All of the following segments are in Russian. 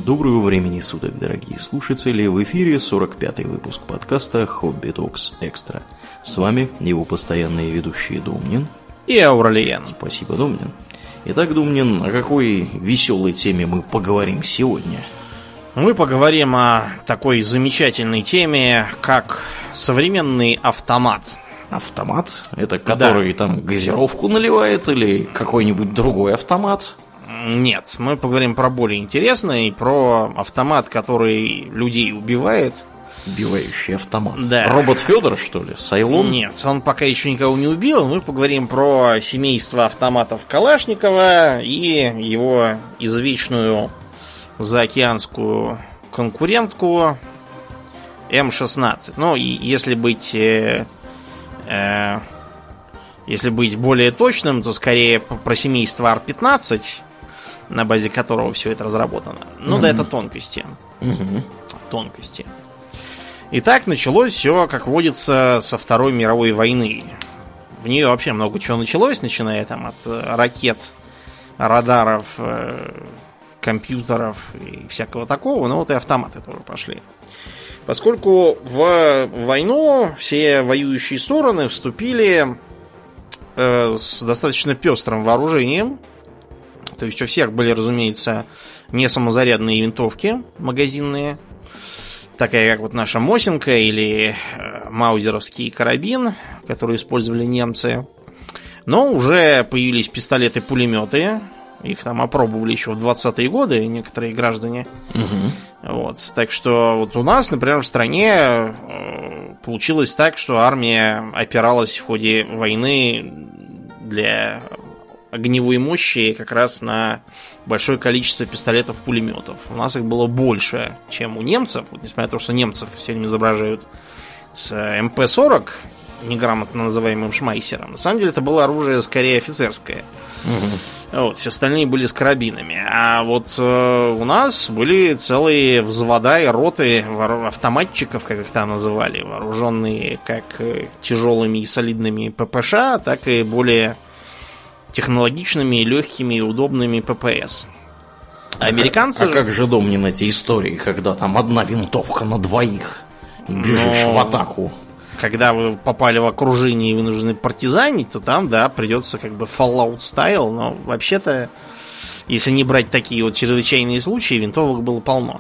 Доброго времени суток, дорогие слушатели! В эфире 45-й выпуск подкаста «Хобби Токс Экстра». С вами его постоянные ведущие Домнин и Ауралиен. Спасибо, Домнин. Итак, Домнин, о какой веселой теме мы поговорим сегодня? Мы поговорим о такой замечательной теме, как современный автомат. Автомат? Это который там газировку наливает или какой-нибудь другой автомат? Нет, мы поговорим про более интересный, про автомат, который людей убивает. Убивающий автомат. Да. Робот Федор, что ли? Сайлон? Нет, он пока еще никого не убил. Мы поговорим про семейство автоматов Калашникова и его извечную заокеанскую конкурентку М-16. Ну, и если быть более точным, то скорее про семейство Ар-15, на базе которого все это разработано. Ну да, это тонкости. Тонкости. Итак, началось все, как водится, со Второй мировой войны. В нее вообще много чего началось, начиная там от ракет, радаров, компьютеров и всякого такого, но вот и автоматы тоже пошли. Поскольку в войну все воюющие стороны вступили с достаточно пестрым вооружением. То есть у всех были, разумеется, не самозарядные винтовки магазинные, такая как вот наша Мосинка или маузеровский карабин, который использовали немцы. Но уже появились пистолеты-пулеметы. Их там опробовали еще в 20-е годы некоторые граждане. Вот. Так что вот у нас, например, в стране получилось так, что армия опиралась в ходе войны для огневой мощи как раз на большое количество пистолетов-пулеметов. У нас их было больше, чем у немцев. Вот, несмотря на то, что немцев все время изображают с МП-40, неграмотно называемым шмайсером. На самом деле это было оружие скорее офицерское. Вот, все остальные были с карабинами. А вот у нас были целые взвода и роты автоматчиков, как их там называли, вооруженные как тяжелыми и солидными ППШ, так и более технологичными, легкими и удобными ППС. Американцы... А как же, Домнин, эти истории, когда там одна винтовка на двоих и бежишь в атаку? Когда вы попали в окружение и вынуждены партизанить, то там, да, придется как бы Fallout стайл, но вообще-то, если не брать такие вот чрезвычайные случаи, винтовок было полно.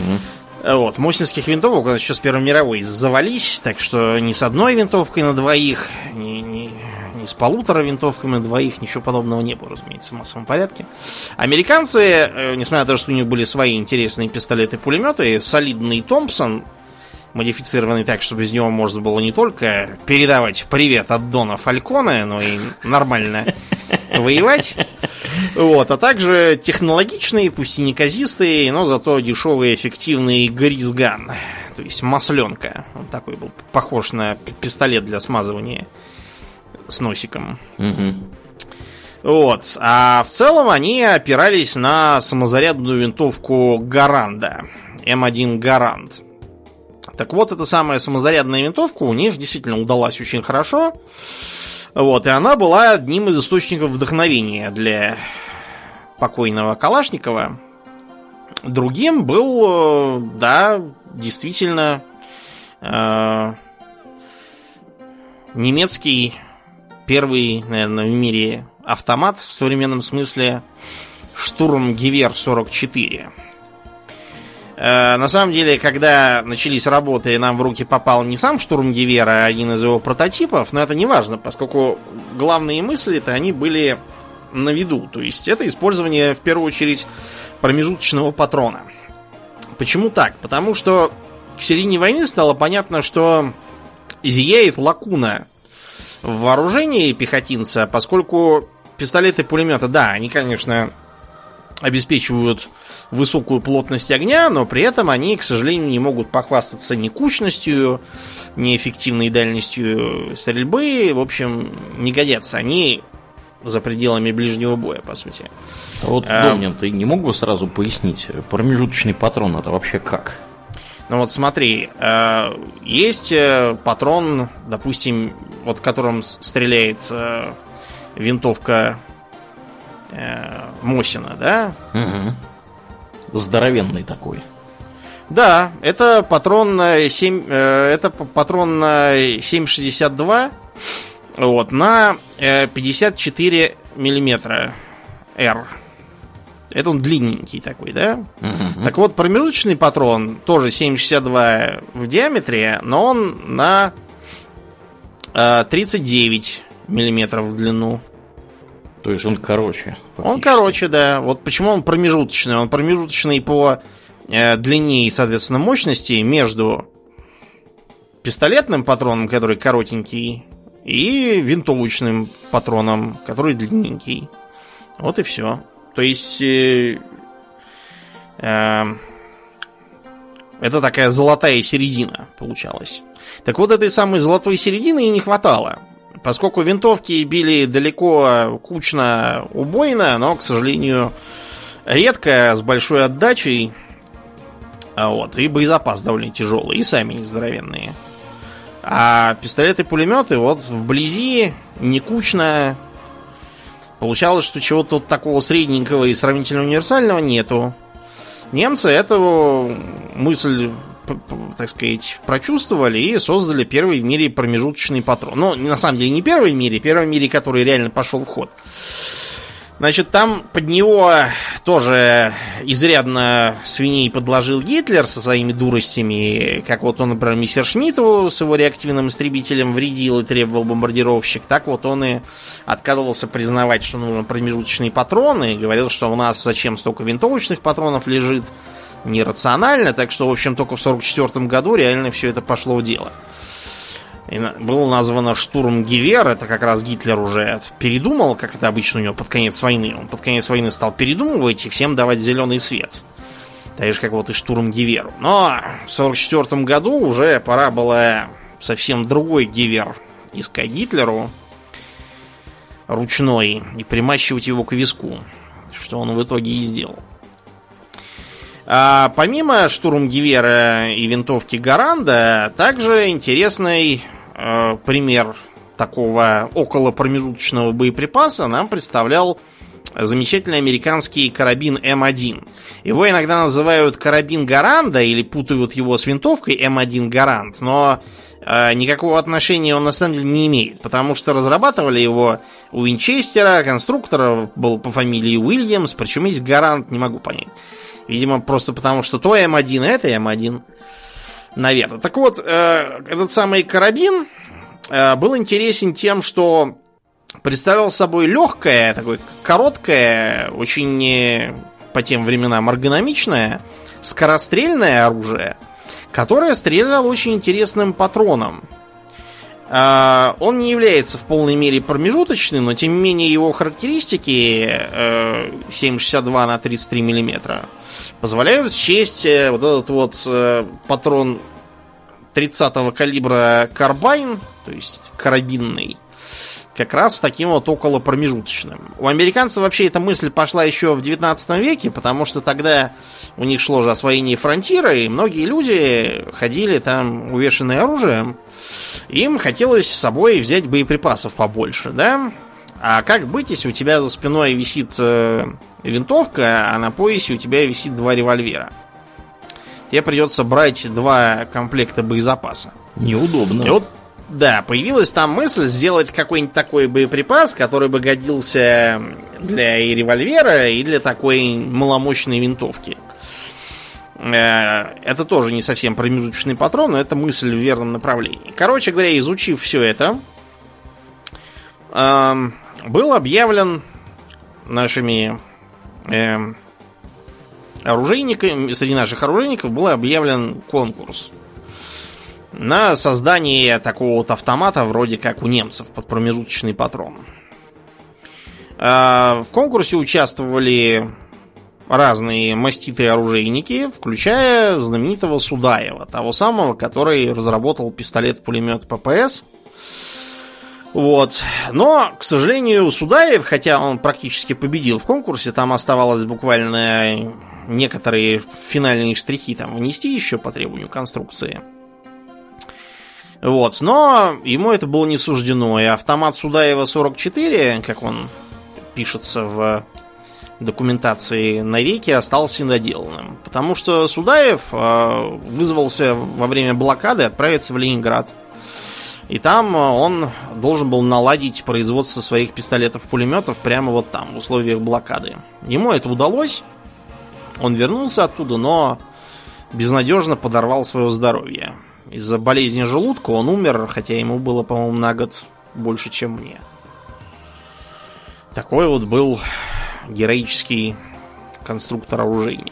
Вот, мосинских винтовок у нас еще с Первой мировой завались, так что ни с одной винтовкой на двоих, ни с полутора винтовками на двоих, ничего подобного не было, разумеется, в массовом порядке. Американцы, несмотря на то, что у них были свои интересные пистолеты-пулеметы, солидный Томпсон, модифицированный так, чтобы из него можно было не только передавать привет от Дона Фальконе, но и нормально воевать. Вот, а также технологичные, пусть и неказистые, но зато дешевый, эффективный гризган. То есть масленка. Он такой был похож на пистолет для смазывания с носиком. Вот. А в целом они опирались на самозарядную винтовку Гаранда. М1 Гаранд. Так вот, эта самая самозарядная винтовка у них действительно удалась очень хорошо. Вот, и она была одним из источников вдохновения для покойного Калашникова. Другим был, да, действительно, немецкий первый, наверное, в мире автомат в современном смысле Штурмгевер 44. На самом деле, когда начались работы, нам в руки попал не сам Штурмгевер, а один из его прототипов, но это не важно, поскольку главные мысли-то они были на виду. То есть это использование, в первую очередь, промежуточного патрона. Почему так? Потому что к середине войны стало понятно, что зияет лакуна в вооружении пехотинца, поскольку пистолеты-пулеметы, да, они, конечно, обеспечивают высокую плотность огня, но при этом они, к сожалению, не могут похвастаться ни кучностью, ни эффективной дальностью стрельбы. В общем, не годятся они за пределами ближнего боя, по сути. Вот, Домнин, ты не мог бы сразу пояснить, промежуточный патрон это вообще как? Ну вот смотри, есть патрон, допустим, вот которым стреляет винтовка Мосина, да? здоровенный такой. Да, это патрон 7,62 вот, на 54 миллиметра R. Это он длинненький такой, да? Так вот, промежуточный патрон тоже 7,62 в диаметре, но он на 39 миллиметров в длину. То есть он короче. Фактически. Он короче, да. Вот почему он промежуточный. Он промежуточный по длине и, соответственно, мощности между пистолетным патроном, который коротенький, и винтовочным патроном, который длинненький. Вот и все. То есть это такая золотая середина получалась. Так вот, этой самой золотой середины и не хватало. Поскольку винтовки били далеко, кучно, убойно, но, к сожалению, редко, с большой отдачей. Вот, и боезапас довольно тяжелый, и сами не здоровенные. А пистолеты-пулеметы вот вблизи, не кучно. Получалось, что чего-то вот такого средненького и сравнительно универсального нету. Немцы эту мысль, так сказать, прочувствовали и создали первый в мире промежуточный патрон. Ну, на самом деле не первый в мире, который реально пошел в ход. Значит, там под него тоже изрядно свиней подложил Гитлер со своими дуростями. Как вот он, например, Мессершмитту с его реактивным истребителем вредил и требовал бомбардировщик. Так вот он и отказывался признавать, что нужен промежуточный патрон. И говорил, что у нас зачем столько винтовочных патронов лежит. Нерационально. Так что, в общем, только в 1944 году реально все это пошло в дело. И было названо штурмгевер. Это как раз Гитлер уже передумал, как это обычно у него под конец войны. Он под конец войны стал передумывать и всем давать зеленый свет. Так же, как вот и штурмгеверу. Но в 1944 году уже пора было совсем другой гевер искать Гитлеру. Ручной. И примащивать его к виску. Что он в итоге и сделал. А помимо штурмгевера и винтовки Гаранда, также интересный пример такого околопромежуточного боеприпаса нам представлял замечательный американский карабин М1. Его иногда называют карабин Гаранда или путают его с винтовкой М1 Гаранд, но никакого отношения он на самом деле не имеет, потому что разрабатывали его у Винчестера, конструктор был по фамилии Уильямс, причем есть Гаранд, не могу понять. Видимо, просто потому, что то М1, это М1. Наверное. Так вот, этот самый карабин был интересен тем, что представлял собой легкое, такое короткое, очень по тем временам эргономичное, скорострельное оружие, которое стреляло очень интересным патроном. Он не является в полной мере промежуточным, но тем не менее его характеристики 7,62 на 33 миллиметра позволяют счесть вот этот вот патрон 30-го калибра карбайн, то есть карабинный, как раз таким вот околопромежуточным. У американцев вообще эта мысль пошла еще в 19 веке, потому что тогда у них шло же освоение фронтира, и многие люди ходили там увешанные оружием. Им хотелось с собой взять боеприпасов побольше, да? А как быть, если у тебя за спиной висит винтовка, а на поясе у тебя висит 2 револьвера? Тебе придется брать 2 комплекта боезапаса. Неудобно. И вот, да, появилась там мысль сделать какой-нибудь такой боеприпас, который бы годился для и револьвера, и для такой маломощной винтовки. Это тоже не совсем промежуточный патрон, но это мысль в верном направлении. Короче говоря, изучив все это, был объявлен нашими оружейниками, среди наших оружейников был объявлен конкурс на создание такого вот автомата, вроде как у немцев, под промежуточный патрон. В конкурсе участвовали разные маститые оружейники, включая знаменитого Судаева, того самого, который разработал пистолет-пулемет ППС. Вот. Но, к сожалению, Судаев, хотя он практически победил в конкурсе, там оставалось буквально некоторые финальные штрихи там внести еще по требованию конструкции. Вот. Но ему это было не суждено. И автомат Судаева 44, как он пишется в документации навеки остался недоделанным. Потому что Судаев вызвался во время блокады отправиться в Ленинград. И там он должен был наладить производство своих пистолетов-пулеметов прямо вот там, в условиях блокады. Ему это удалось. Он вернулся оттуда, но безнадежно подорвал свое здоровье. Из-за болезни желудка он умер, хотя ему было, по-моему, на год больше, чем мне. Такой вот был героический конструктор-оружейник.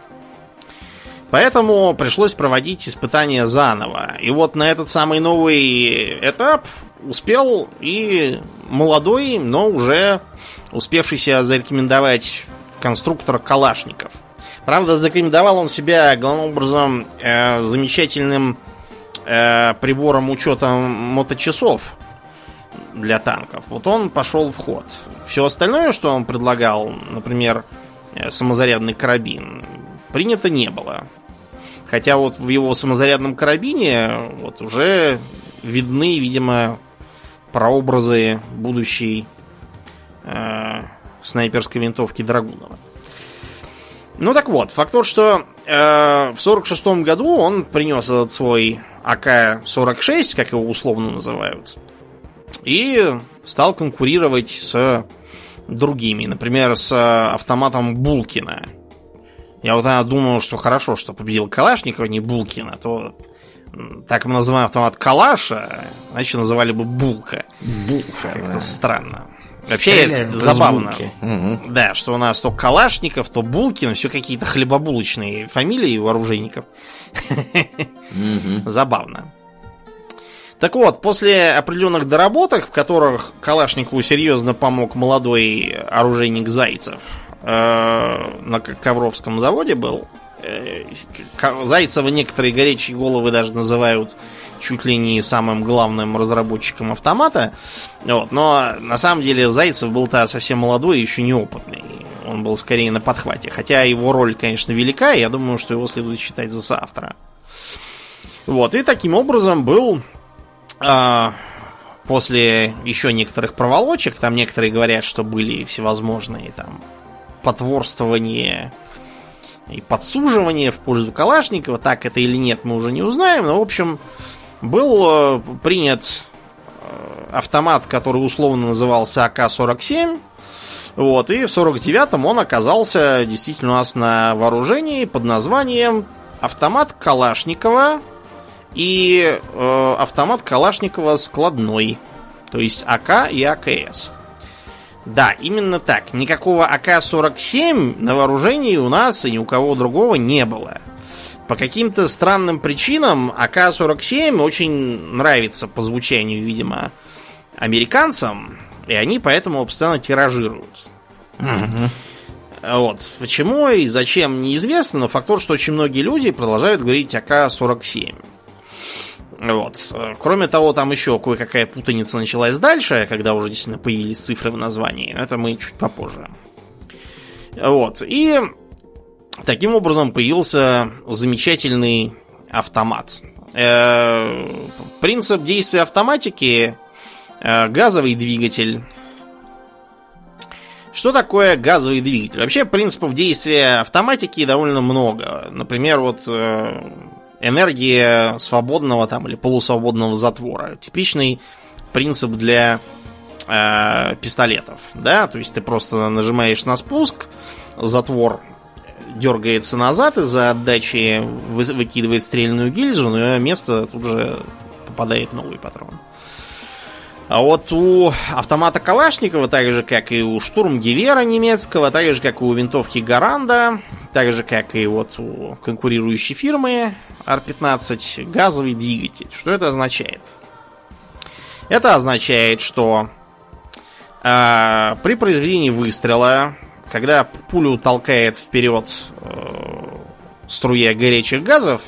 Поэтому пришлось проводить испытания заново. И вот на этот самый новый этап успел и молодой, но уже успевший себя зарекомендовать конструктор Калашников. Правда, зарекомендовал он себя главным образом замечательным прибором учета моточасов для танков. Вот он пошел в ход. Все остальное, что он предлагал, например, самозарядный карабин, принято не было. Хотя вот в его самозарядном карабине вот уже видны, видимо, прообразы будущей снайперской винтовки Драгунова. Ну так вот, факт тот, что в 1946 году он принес этот свой АК-46, как его условно называют, и стал конкурировать с другими, например, с автоматом Булкина. Я вот думал, что хорошо, что победил Калашников, а не Булкина, то так мы называем автомат Калаша, иначе называли бы Булка. Булка, как-то да. Странно. Вообще это забавно. Угу. Да, что у нас то Калашников, то Булкин, все какие-то хлебобулочные фамилии у оружейников. Забавно. Так вот, после определенных доработок, в которых Калашникову серьезно помог молодой оружейник Зайцев, на Ковровском заводе был. Зайцева некоторые горячие головы даже называют чуть ли не самым главным разработчиком автомата. Вот. Но на самом деле Зайцев был-то совсем молодой и еще неопытный. Он был скорее на подхвате. Хотя его роль, конечно, велика, и я думаю, что его следует считать за соавтора. Вот. И таким образом был после еще некоторых проволочек, там некоторые говорят, что были всевозможные там потворствования и подсуживания в пользу Калашникова. Так это или нет, мы уже не узнаем. Но, в общем, был принят автомат, который условно назывался АК-47. Вот, и в 49-м он оказался действительно у нас на вооружении под названием автомат Калашникова и автомат Калашникова складной. То есть АК и АКС. Да, именно так. Никакого АК-47 на вооружении у нас и ни у кого другого не было. По каким-то странным причинам АК-47 очень нравится по звучанию, видимо, американцам, и они поэтому постоянно тиражируют. Вот. Почему и зачем, неизвестно, но факт тот, что очень многие люди продолжают говорить АК-47. Вот. Кроме того, там еще кое-какая путаница началась дальше, когда уже действительно появились цифры в названии. Это мы чуть попозже. Вот. И таким образом появился замечательный автомат. Принцип действия автоматики — газовый двигатель. Что такое газовый двигатель? Вообще принципов действия автоматики довольно много. Например, вот энергия свободного там или полусвободного затвора. Типичный принцип для пистолетов. Да? То есть ты просто нажимаешь на спуск, затвор дергается назад, из-за отдачи выкидывает стрельную гильзу, но на место тут же попадает новый патрон. А вот у автомата Калашникова, так же как и у штурмгевера немецкого, так же как и у винтовки Гаранда, так же как и вот у конкурирующей фирмы Ар-15, газовый двигатель. Что это означает? Это означает, что при произведении выстрела, когда пулю толкает вперед струя горячих газов,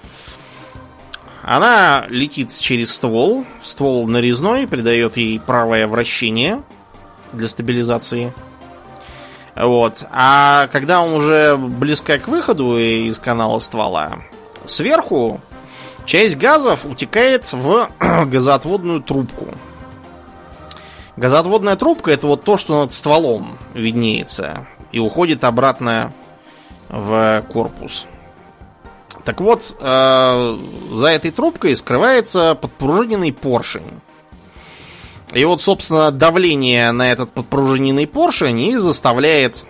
она летит через ствол. Ствол нарезной, придает ей правое вращение для стабилизации. Вот. А когда он уже близко к выходу из канала ствола, сверху часть газов утекает в газоотводную трубку. Газоотводная трубка — это вот то, что над стволом виднеется. и уходит обратно в корпус. Так вот, за этой трубкой скрывается подпружиненный поршень. И вот, собственно, давление на этот подпружиненный поршень и заставляет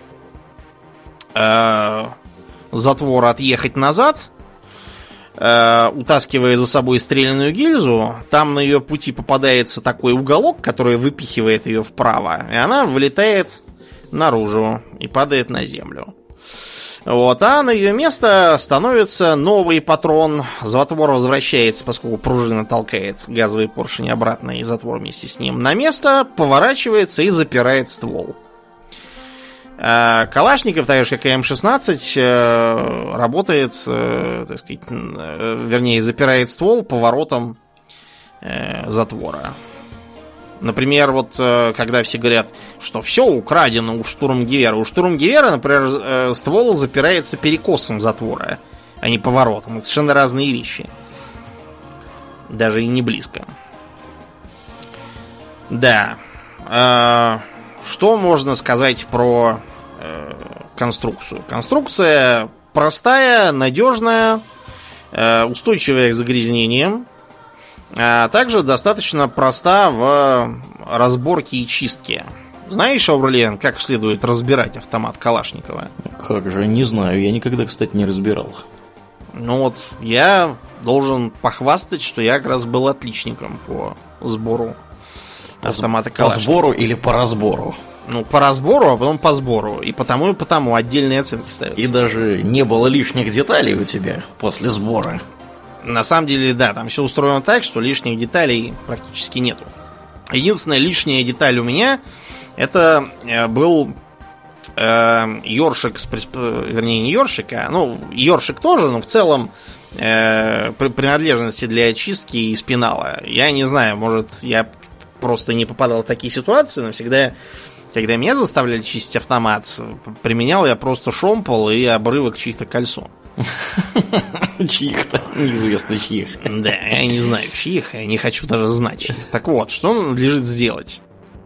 затвор отъехать назад, утаскивая за собой стрелянную гильзу. Там на ее пути попадается такой уголок, который выпихивает ее вправо, и она вылетает наружу и падает на землю. Вот, а на ее место становится новый патрон. Затвор возвращается, поскольку пружина толкает газовый поршень обратно, и затвор вместе с ним на место, поворачивается и запирает ствол. Калашников, так же как и М16, работает, так сказать, вернее, запирает ствол поворотом затвора. Например, вот когда все говорят, что все украдено у штурмгевера. У штурмгевера, например, ствол запирается перекосом затвора, а не поворотом. Это совершенно разные вещи. Даже и не близко. Да. Что можно сказать про конструкцию? Конструкция простая, надежная, устойчивая к загрязнениям, а также достаточно проста в разборке и чистке. Знаешь, Аурлиен, как следует разбирать автомат Калашникова? Как же, не знаю. Я никогда, кстати, не разбирал. Ну вот, я должен похвастать, что я как раз был отличником по сбору автомата Калашникова. По сбору или по разбору? Ну, по разбору, а потом по сбору. И потому отдельные оценки ставятся. И даже не было лишних деталей у тебя после сбора. На самом деле, да, там все устроено так, что лишних деталей практически нету. Единственная лишняя деталь у меня это был ёршик, вернее, не ёршик, а, ну, ёршик тоже, но в целом принадлежности для очистки из пенала. Я не знаю, может, я просто не попадал в такие ситуации, но всегда, когда меня заставляли чистить автомат, применял я просто шомпол и обрывок чьих-то кольцо. Чьих-то, неизвестно чьих. Да, я не знаю чьих, я не хочу даже знать чьих. Так вот, что надлежит сделать?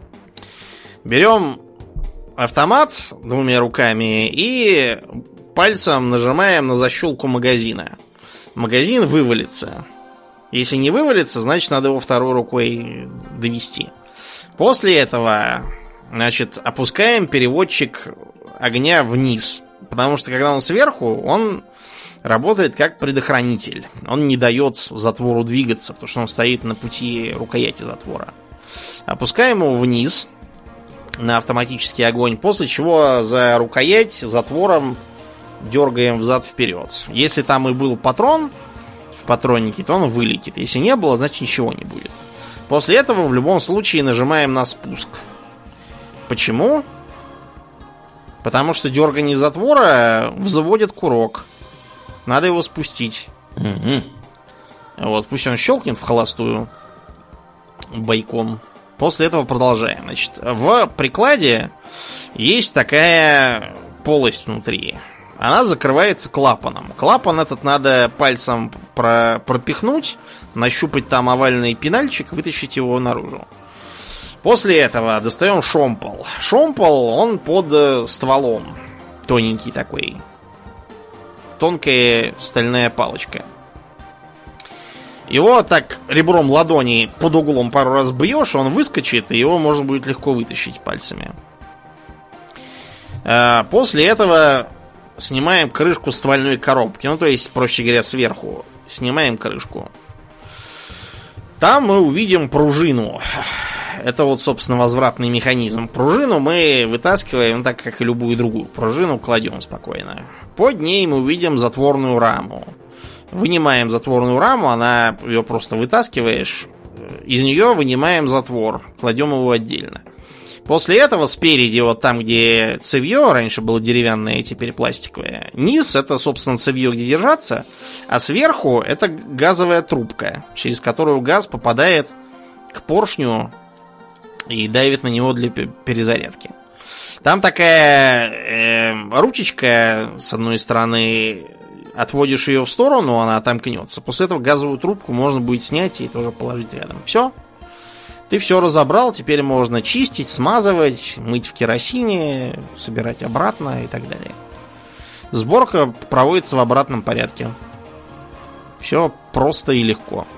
Берем автомат двумя руками и пальцем нажимаем на защелку магазина. Магазин вывалится. Если не вывалится, значит, надо его второй рукой довести. После этого, значит, опускаем переводчик огня вниз. Потому что, когда он сверху, он работает как предохранитель. Он не дает затвору двигаться, потому что он стоит на пути рукояти затвора. Опускаем его вниз на автоматический огонь, после чего за рукоять затвором дергаем взад-вперед. Если там и был патрон в патроннике, то он вылетит. Если не было, значит ничего не будет. После этого в любом случае нажимаем на спуск. Почему? Потому что дергание затвора взводит курок. Надо его спустить. Вот, пусть он щелкнет в холостую бойком. После этого продолжаем. Значит, в прикладе есть такая полость внутри. Она закрывается клапаном. Клапан этот надо пальцем пропихнуть, нащупать там овальный пенальчик, вытащить его наружу. После этого достаем шомпол. Шомпол, он под стволом. Тоненький такой. Тонкая стальная палочка. Его так ребром ладони под углом пару раз бьешь, он выскочит, и его можно будет легко вытащить пальцами. После этого снимаем крышку ствольной коробки. Ну, то есть, проще говоря, сверху. Снимаем крышку. Там мы увидим пружину. Это вот, собственно, возвратный механизм. Пружину мы вытаскиваем, так как и любую другую пружину, кладем спокойно. Под ней мы увидим затворную раму. Вынимаем затворную раму, ее просто вытаскиваешь. Из нее вынимаем затвор, кладем его отдельно. После этого спереди, вот там, где цевье, раньше было деревянное, теперь пластиковое. Низ — это, собственно, цевье, где держаться. А сверху — это газовая трубка, через которую газ попадает к поршню и давит на него для перезарядки. Там такая ручечка, с одной стороны, отводишь ее в сторону, она отомкнется. После этого газовую трубку можно будет снять и тоже положить рядом. Все. Ты все разобрал, теперь можно чистить, смазывать, мыть в керосине, собирать обратно и так далее. Сборка проводится в обратном порядке. Все просто и легко.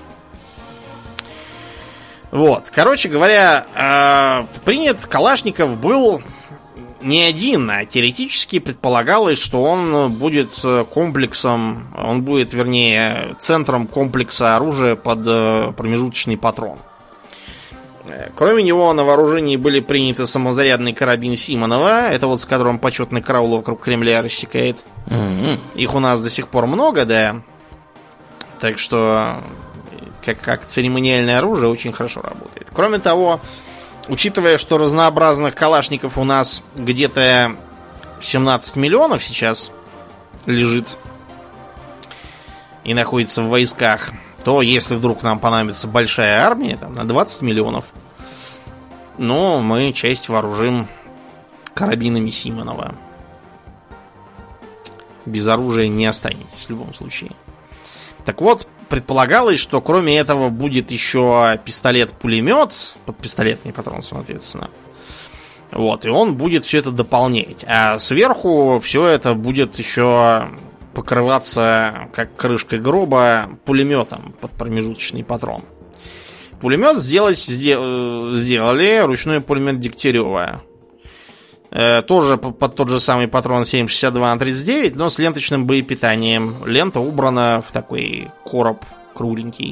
Вот, короче говоря, принят Калашников был не один, а теоретически предполагалось, что он будет комплексом, он будет, вернее, центром комплекса оружия под промежуточный патрон. Кроме него на вооружении были приняты самозарядный карабин Симонова, это вот с которым почетный караул вокруг Кремля рассекает. Их у нас до сих пор много, да. Так что как церемониальное оружие очень хорошо работает. Кроме того, учитывая, что разнообразных калашников у нас где-то 17 миллионов сейчас лежит и находится в войсках, то если вдруг нам понадобится большая армия, там, на 20 миллионов, ну, мы часть вооружим карабинами Симонова. Без оружия не останетесь в любом случае. Так вот, предполагалось, что кроме этого будет еще пистолет-пулемет, под пистолетный патрон, соответственно. Вот, и он будет все это дополнять. А сверху все это будет еще покрываться, как крышкой гроба, пулеметом под промежуточный патрон. Пулемет сделали ручной пулемет Дегтярева. Тоже под тот же самый патрон 7,62 х 39, но с ленточным боепитанием. Лента убрана в такой короб кругленький.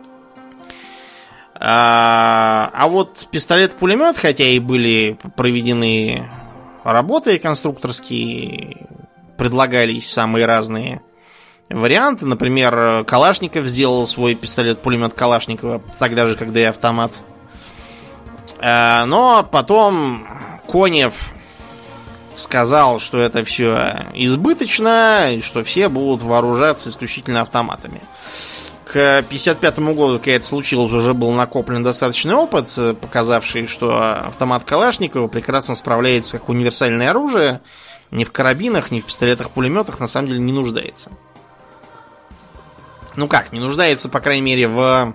А вот пистолет-пулемет, хотя и были проведены работы конструкторские, предлагались самые разные варианты. Например, Калашников сделал свой пистолет-пулемет Калашникова, тогда же, когда и автомат. Но потом Конев сказал, что это все избыточно, и что все будут вооружаться исключительно автоматами. К 1955 году, когда это случилось, уже был накоплен достаточный опыт, показавший, что автомат Калашникова прекрасно справляется как универсальное оружие, ни в карабинах, ни в пистолетах-пулеметах на самом деле не нуждается. Ну как, не нуждается, по крайней мере, в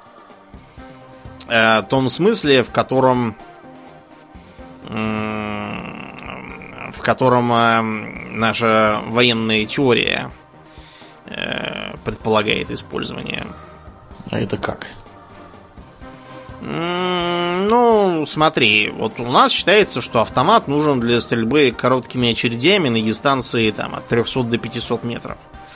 том смысле, в котором наша военная теория предполагает использование. А это как? Ну, смотри, вот у нас считается, что автомат нужен для стрельбы короткими очередями на дистанции там, от 300 до 500 метров.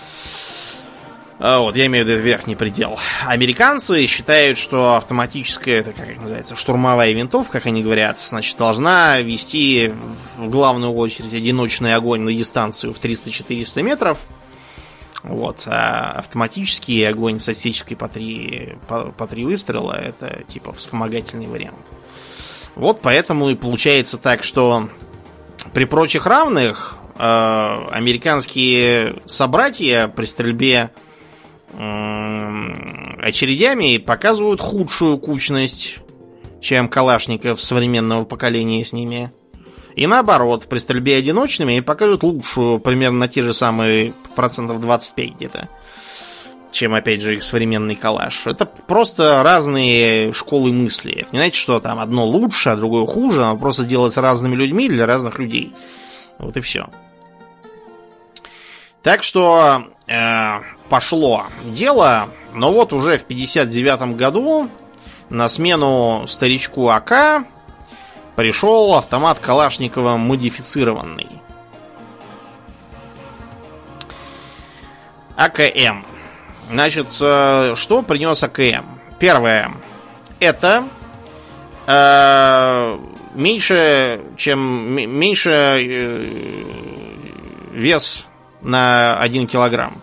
Вот, я имею в виду верхний предел. Американцы считают, что автоматическая, это как называется, штурмовая винтовка, как они говорят, значит, должна вести в главную очередь одиночный огонь на дистанцию в 300-400 метров. Вот, а автоматический огонь с отсечкой по 3 выстрела, это типа вспомогательный вариант. Вот поэтому и получается так, что при прочих равных американские собратья при стрельбе очередями показывают худшую кучность, чем Калашников современного поколения с ними. И наоборот, при стрельбе одиночными показывают лучшую, примерно на те же самые процентов 25 где-то, чем, опять же, их современный калаш. Это просто разные школы мысли. Это не значит, что там одно лучше, а другое хуже. Оно просто делается разными людьми для разных людей. Вот и все. Так что пошло дело. Но вот уже в 1959 году на смену старичку АК пришел автомат Калашникова модифицированный. АКМ. Значит, что принес АКМ? Первое. Это меньше вес на 1 килограмм.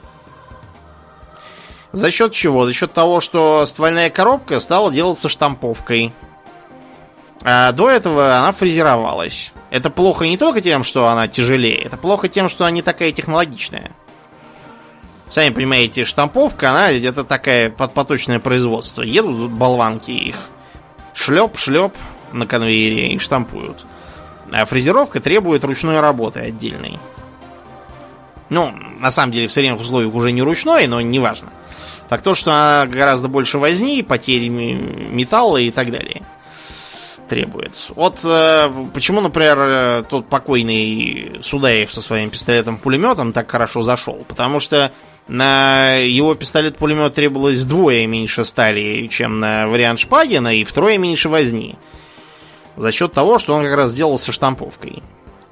За счет чего? За счет того, что ствольная коробка стала делаться штамповкой. А до этого она фрезеровалась. Это плохо не только тем, что она тяжелее, это плохо тем, что она не такая технологичная. Сами понимаете, штамповка, она это такая подпоточное производство. Едут болванки их. Шлеп-шлеп на конвейере и штампуют. А фрезеровка требует ручной работы отдельной. Ну, на самом деле, в современных условиях уже не ручной, но неважно. так то, что она гораздо больше возни, потери металла и так далее требует. Вот почему, например, тот покойный Судаев со своим пистолетом-пулеметом так хорошо зашел. Потому что на его пистолет-пулемет требовалось вдвое меньше стали, чем на вариант Шпагина, и втрое меньше возни. За счет того, что он как раз делал со штамповкой.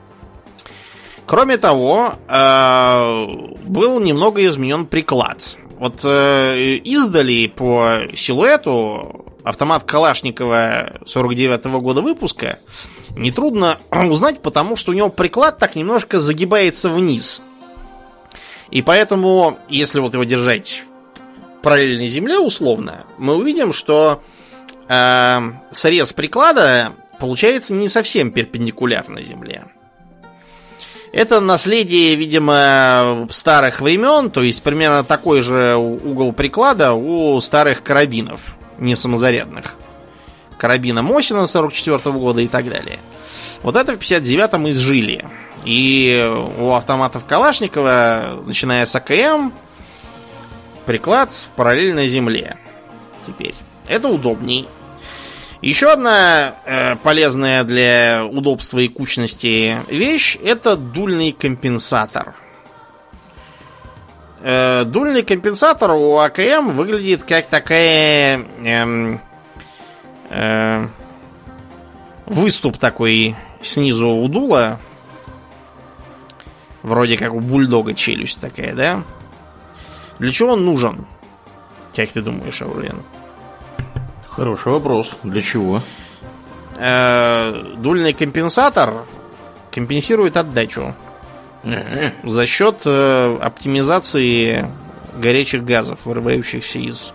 Кроме того, был немного изменен приклад. Вот издали по силуэту автомат Калашникова 49-го года выпуска нетрудно узнать, потому что у него приклад так немножко загибается вниз. И поэтому, если вот его держать параллельно земле условно, мы увидим, что срез приклада получается не совсем перпендикулярно земле. Это наследие, видимо, старых времен, то есть примерно такой же угол приклада у старых карабинов, не самозарядных. Карабина Мосина 44-го года и так далее. Вот это в 59-м изжили. И у автоматов Калашникова, начиная с АКМ, приклад параллельно земле. Теперь. Это удобней. Еще одна полезная для удобства и кучности вещь — это дульный компенсатор. Дульный компенсатор у АКМ выглядит как такая выступ такой снизу у дула. Вроде как у бульдога челюсть такая, да? Для чего он нужен? Как ты думаешь, Аурлиен? Хороший вопрос. Для чего? Дульный компенсатор компенсирует отдачу за счет оптимизации горячих газов, вырывающихся из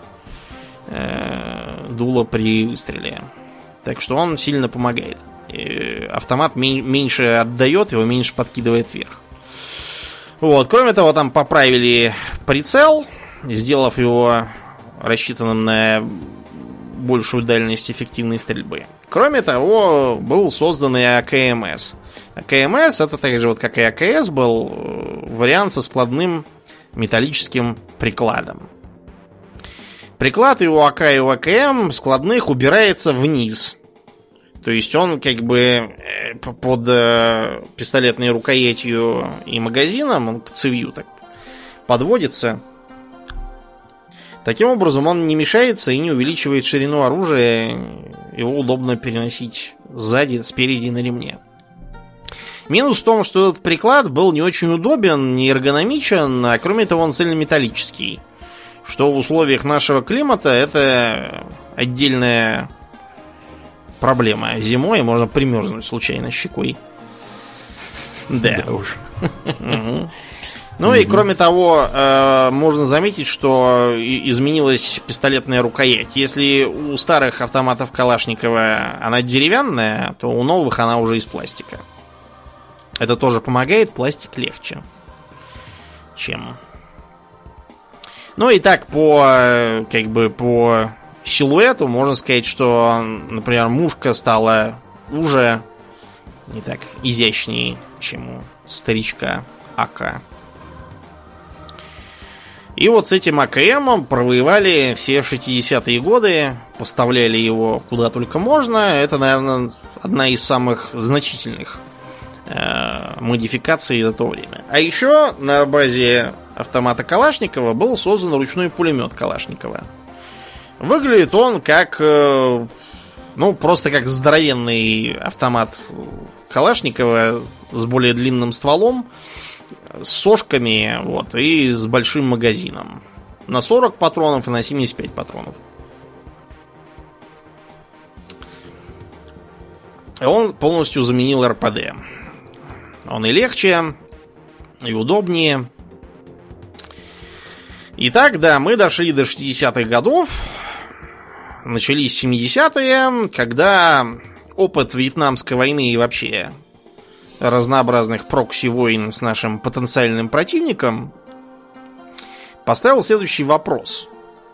дула при выстреле. Так что он сильно помогает. Автомат меньше отдает, его меньше подкидывает вверх. Вот. Кроме того, там поправили прицел, сделав его рассчитанным на большую дальность эффективной стрельбы. Кроме того, был создан и АКМС. АКМС — это так же, вот как и АКС, был вариант со складным металлическим прикладом. Приклад и у АК, и у АКМ складных убирается вниз. То есть он как бы под пистолетной рукоятью и магазином, он к цевью так подводится. Таким образом, он не мешается и не увеличивает ширину оружия. Его удобно переносить сзади, спереди на ремне. Минус в том, что этот приклад был не очень удобен, не эргономичен, а кроме того, он цельнометаллический. Что в условиях нашего климата это отдельная проблема. Зимой можно примерзнуть случайно щекой. Да уж. Ну и кроме того, можно заметить, что изменилась пистолетная рукоять. Если у старых автоматов Калашникова она деревянная, то у новых она уже из пластика. Это тоже помогает, пластик легче, чем... Ну и так по силуэту можно сказать, что, например, мушка стала уже не так изящнее, чем у старичка АК. И вот с этим АКМом провоевали все 60-е годы, поставляли его куда только можно. Это, наверное, одна из самых значительных модификаций за то время. А еще на базе автомата Калашникова был создан ручной пулемет Калашникова. Выглядит он как, просто как здоровенный автомат Калашникова с более длинным стволом, с сошками, вот, и с большим магазином. На 40 патронов и на 75 патронов. Он полностью заменил РПД. Он и легче, и удобнее. Итак, да, мы дошли до 60-х годов. Начались 70-е, когда опыт Вьетнамской войны и вообще разнообразных прокси-войн с нашим потенциальным противником поставил следующий вопрос.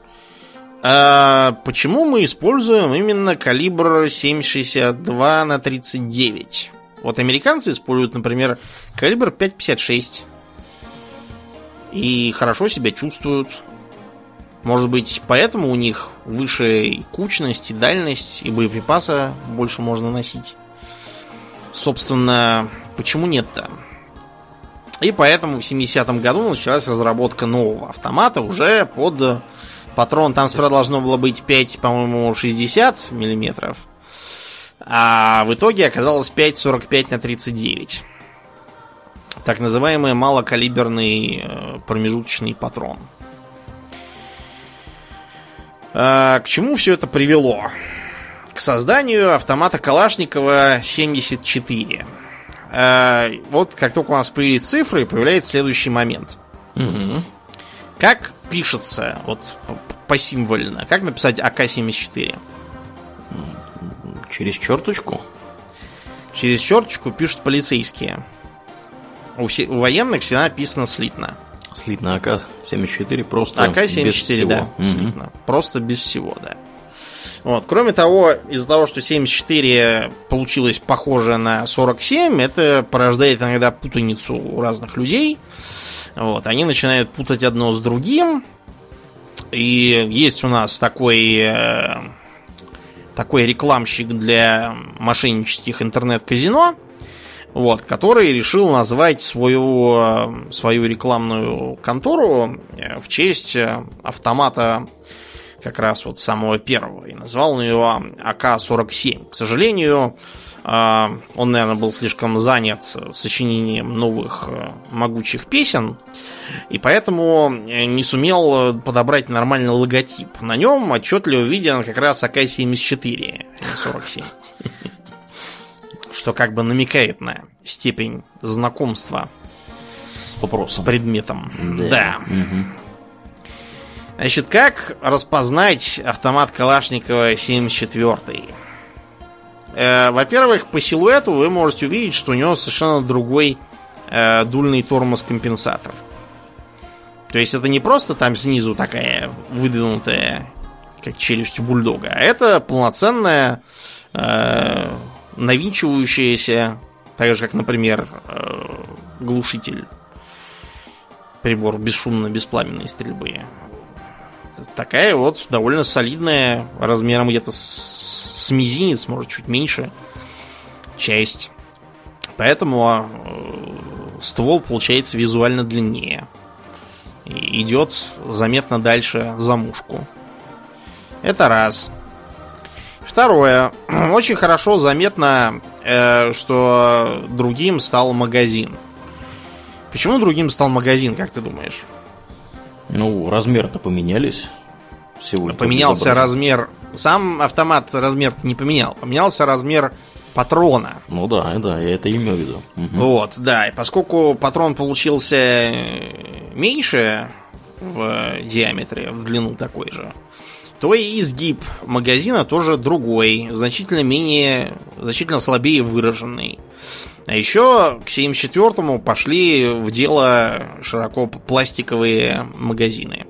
Почему мы используем именно калибр 7,62 на 39? Вот американцы используют, например, калибр 5,56 и хорошо себя чувствуют. Может быть, поэтому у них выше и кучность, и дальность, и боеприпаса больше можно носить. Собственно, почему нет-то? И поэтому в 70-м году началась разработка нового автомата уже под патрон. Там сперва должно было быть 5, по-моему, 60 миллиметров. А в итоге оказалось 5,45 × 39. Так называемый малокалиберный промежуточный патрон. К чему все это привело? К созданию автомата Калашникова 74. Вот как только у нас появились цифры, появляется следующий момент. Угу. Как пишется, вот посимвольно, как написать АК-74? Через черточку? Через черточку пишут полицейские. У военных всегда написано слитно. Слитно АК-74 просто АК-74, без всего. да, слитно. Просто без всего, да. Вот. Кроме того, из-за того, что 74 получилось похоже на 47, это порождает иногда путаницу у разных людей. Вот. Они начинают путать одно с другим. И есть у нас такой рекламщик для мошеннических интернет-казино, вот, который решил назвать свою рекламную контору в честь автомата как раз вот самого первого. И назвал он его АК-47. К сожалению, он, наверное, был слишком занят сочинением новых могучих песен, и поэтому не сумел подобрать нормальный логотип. На нем отчетливо виден как раз АК-74, а не 47. Что как бы намекает на степень знакомства с вопросом, с предметом. Да. Угу. Значит, как распознать автомат Калашникова 74? Во-первых, по силуэту вы можете увидеть, что у него совершенно другой дульный тормоз-компенсатор. То есть это не просто там снизу такая выдвинутая, как челюсть у бульдога, а это полноценная навинчивающаяся, так же как, например, глушитель, прибор бесшумно-беспламенной стрельбы. Такая вот довольно солидная, размером где-то с мизинец, может чуть меньше, часть. Поэтому ствол получается визуально длиннее. И идет заметно дальше за мушку. Это раз. Второе. Очень хорошо заметно, что другим стал магазин. Почему другим стал магазин, как ты думаешь? Ну, размеры-то поменялись. Сегодня поменялся размер. Сам автомат размер не поменял. Поменялся размер патрона. Ну да, я это имел в виду. Угу. Вот, да. И поскольку патрон получился меньше в диаметре, в длину такой же, то и изгиб магазина тоже другой, значительно слабее выраженный. А еще к 74-му пошли в дело широко пластиковые магазины.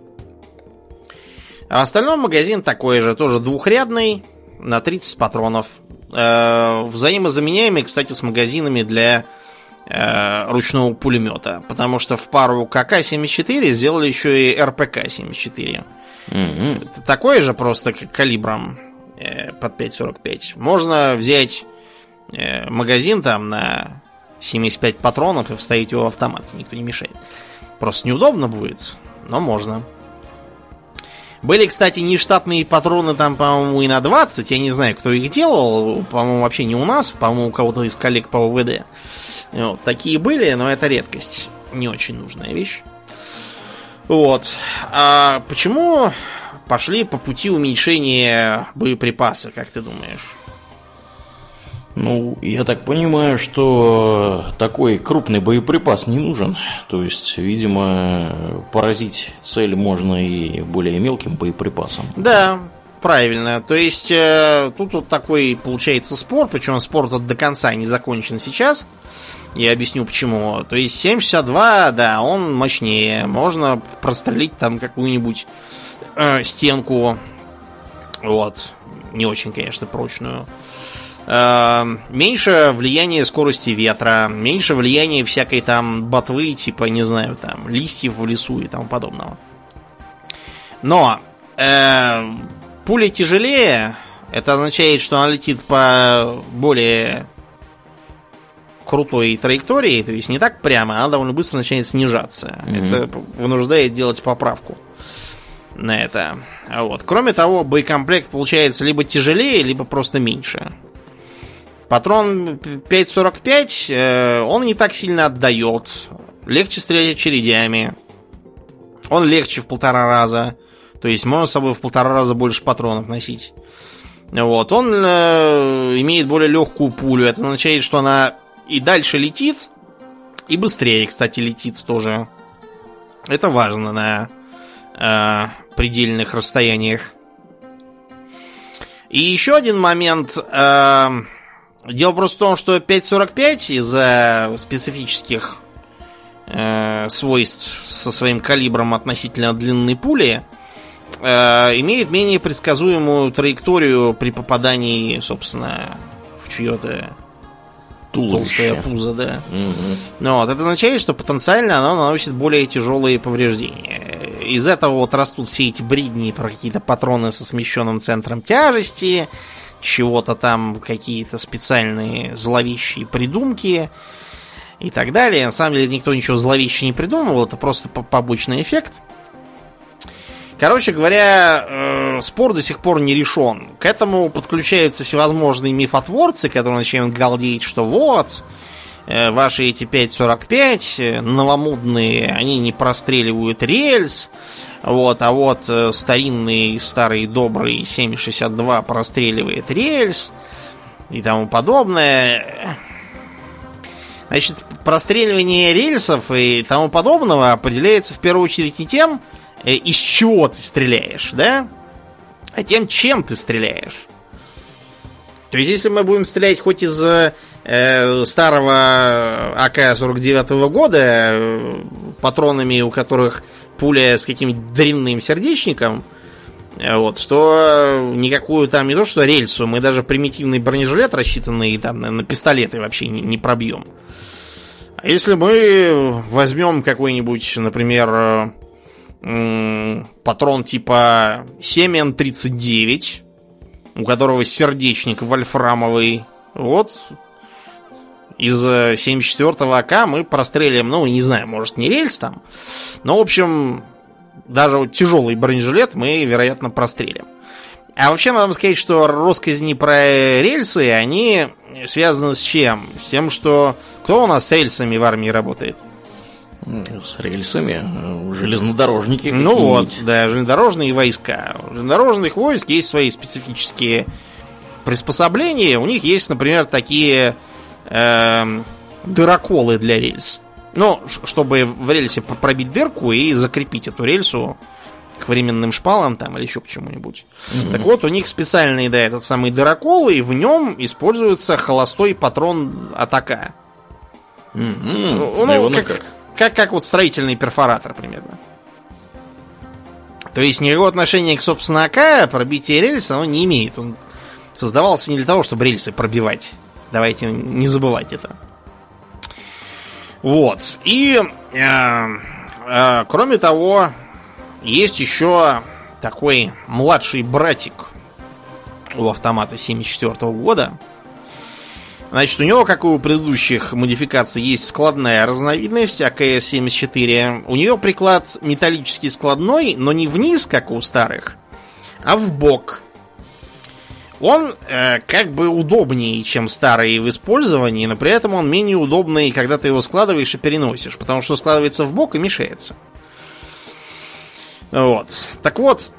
А остальной магазин такой же, тоже двухрядный, на 30 патронов. Взаимозаменяемый, кстати, с магазинами для ручного пулемета. Потому что в пару к АК-74 сделали еще и РПК-74. Это такое же просто калибром под 5,45. Можно взять магазин там на 75 патронов и вставить его в автомат. Никто не мешает. Просто неудобно будет, но можно. Были, кстати, нештатные патроны там, по-моему, и на 20. Я не знаю, кто их делал. По-моему, вообще не у нас. По-моему, у кого-то из коллег по ОВД. Вот, такие были, но это редкость. Не очень нужная вещь. Вот. А почему пошли по пути уменьшения боеприпаса, как ты думаешь? Ну, я так понимаю, что такой крупный боеприпас не нужен. То есть, видимо, поразить цель можно и более мелким боеприпасом. Да, правильно. То есть, тут вот такой получается спор, причем спор тут до конца не закончен сейчас. Я объясню почему. То есть 7,62, да, он мощнее. Можно прострелить там какую-нибудь стенку. Вот. Не очень, конечно, прочную. Меньше влияние скорости ветра, меньше влияние всякой там ботвы, типа, не знаю, там, листьев в лесу и тому подобного. Но пуля тяжелее, это означает, что она летит по более крутой траектории, то есть не так прямо, она довольно быстро начинает снижаться. Это вынуждает делать поправку на это. Вот. Кроме того, боекомплект получается либо тяжелее, либо просто меньше. Патрон 5.45, он не так сильно отдает. Легче стрелять очередями. Он легче в 1,5 раза. То есть можно с собой в 1,5 раза больше патронов носить. Вот. Он имеет более легкую пулю. Это означает, что она и дальше летит, и быстрее, кстати, летит тоже. Это важно на предельных расстояниях. И еще один момент. Дело просто в том, что 5.45 из-за специфических свойств со своим калибром относительно длинной пули имеет менее предсказуемую траекторию при попадании, собственно, в чье-то толстое пузо, да. Ну, вот, это означает, что потенциально оно наносит более тяжелые повреждения. Из этого вот растут все эти бредни про какие-то патроны со смещенным центром тяжести, чего-то там, какие-то специальные зловещие придумки и так далее. На самом деле никто ничего зловещего не придумывал, это просто побочный эффект. Короче говоря, спор до сих пор не решен. К этому подключаются всевозможные мифотворцы, которые начинают галдеть, что вот, ваши эти 5.45 новомодные, они не простреливают рельс, вот, а вот старинный, старый, добрый 7.62 простреливает рельс и тому подобное. Значит, простреливание рельсов и тому подобного определяется в первую очередь не тем, из чего ты стреляешь, да? А тем, чем ты стреляешь. То есть, если мы будем стрелять хоть из старого АК-49 года, патронами, у которых пуля с каким-нибудь дрянным сердечником, вот, что никакую там не то что рельсу, мы даже примитивный бронежилет, рассчитанный там на пистолеты, вообще не пробьем. А если мы возьмем какой-нибудь, например, патрон типа 7Н39, у которого сердечник вольфрамовый, вот, из 74-го АК мы прострелим, ну, не знаю, может, не рельс там, но, в общем, даже вот тяжелый бронежилет мы, вероятно, прострелим. А вообще, надо сказать, что россказни про рельсы, они связаны с чем? С тем, что кто у нас с рельсами в армии работает? С рельсами, железнодорожники. Ну вот, да, железнодорожные войска. У железнодорожных войск есть свои специфические приспособления. У них есть, например, такие дыроколы для рельс. Ну, чтобы в рельсе пробить дырку и закрепить эту рельсу к временным шпалам там или еще к чему-нибудь. Так вот, у них специальный, да, этот самый дырокол, и в нем используется холостой патрон от АК. Ну, как вот строительный перфоратор примерно. То есть никакого отношения к, собственно, АК пробитие рельса оно не имеет. Он создавался не для того, чтобы рельсы пробивать. Давайте не забывать это. Вот. И кроме того, есть еще такой младший братик у автомата 74-го года. Значит, у него, как и у предыдущих модификаций, есть складная разновидность АКС-74. У нее приклад металлический складной, но не вниз, как у старых, а в бок. Он как бы удобнее, чем старый в использовании, но при этом он менее удобный, когда ты его складываешь и переносишь, потому что складывается в бок и мешается. Вот. Так вот,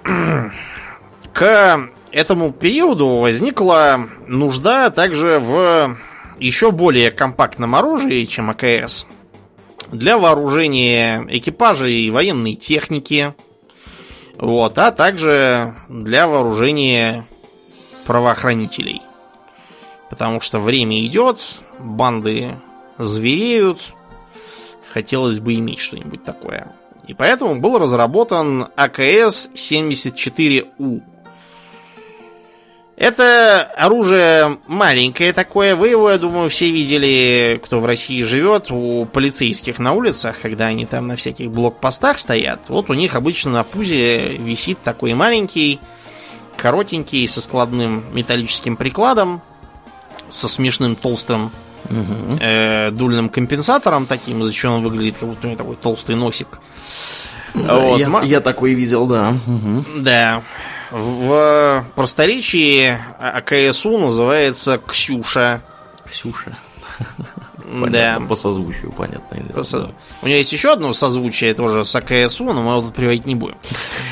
к этому периоду возникла нужда также в еще более компактном оружии, чем АКС, для вооружения экипажей и военной техники, вот, а также для вооружения правоохранителей. Потому что время идет, банды звереют, хотелось бы иметь что-нибудь такое. И поэтому был разработан АКС-74У. Это оружие маленькое такое. Вы его, я думаю, все видели, кто в России живет, у полицейских на улицах, когда они там на всяких блокпостах стоят. Вот у них обычно на пузе висит такой маленький, коротенький, со складным металлическим прикладом, со смешным толстым дульным компенсатором таким, из-за чего он выглядит, как будто у него такой толстый носик. Да, вот. я такой видел, да. Да. В просторечии АКСУ называется Ксюша. Ксюша. Понятно, да. По созвучию, понятно. У нее есть еще одно созвучие тоже с АКСУ, но мы его тут приводить не будем.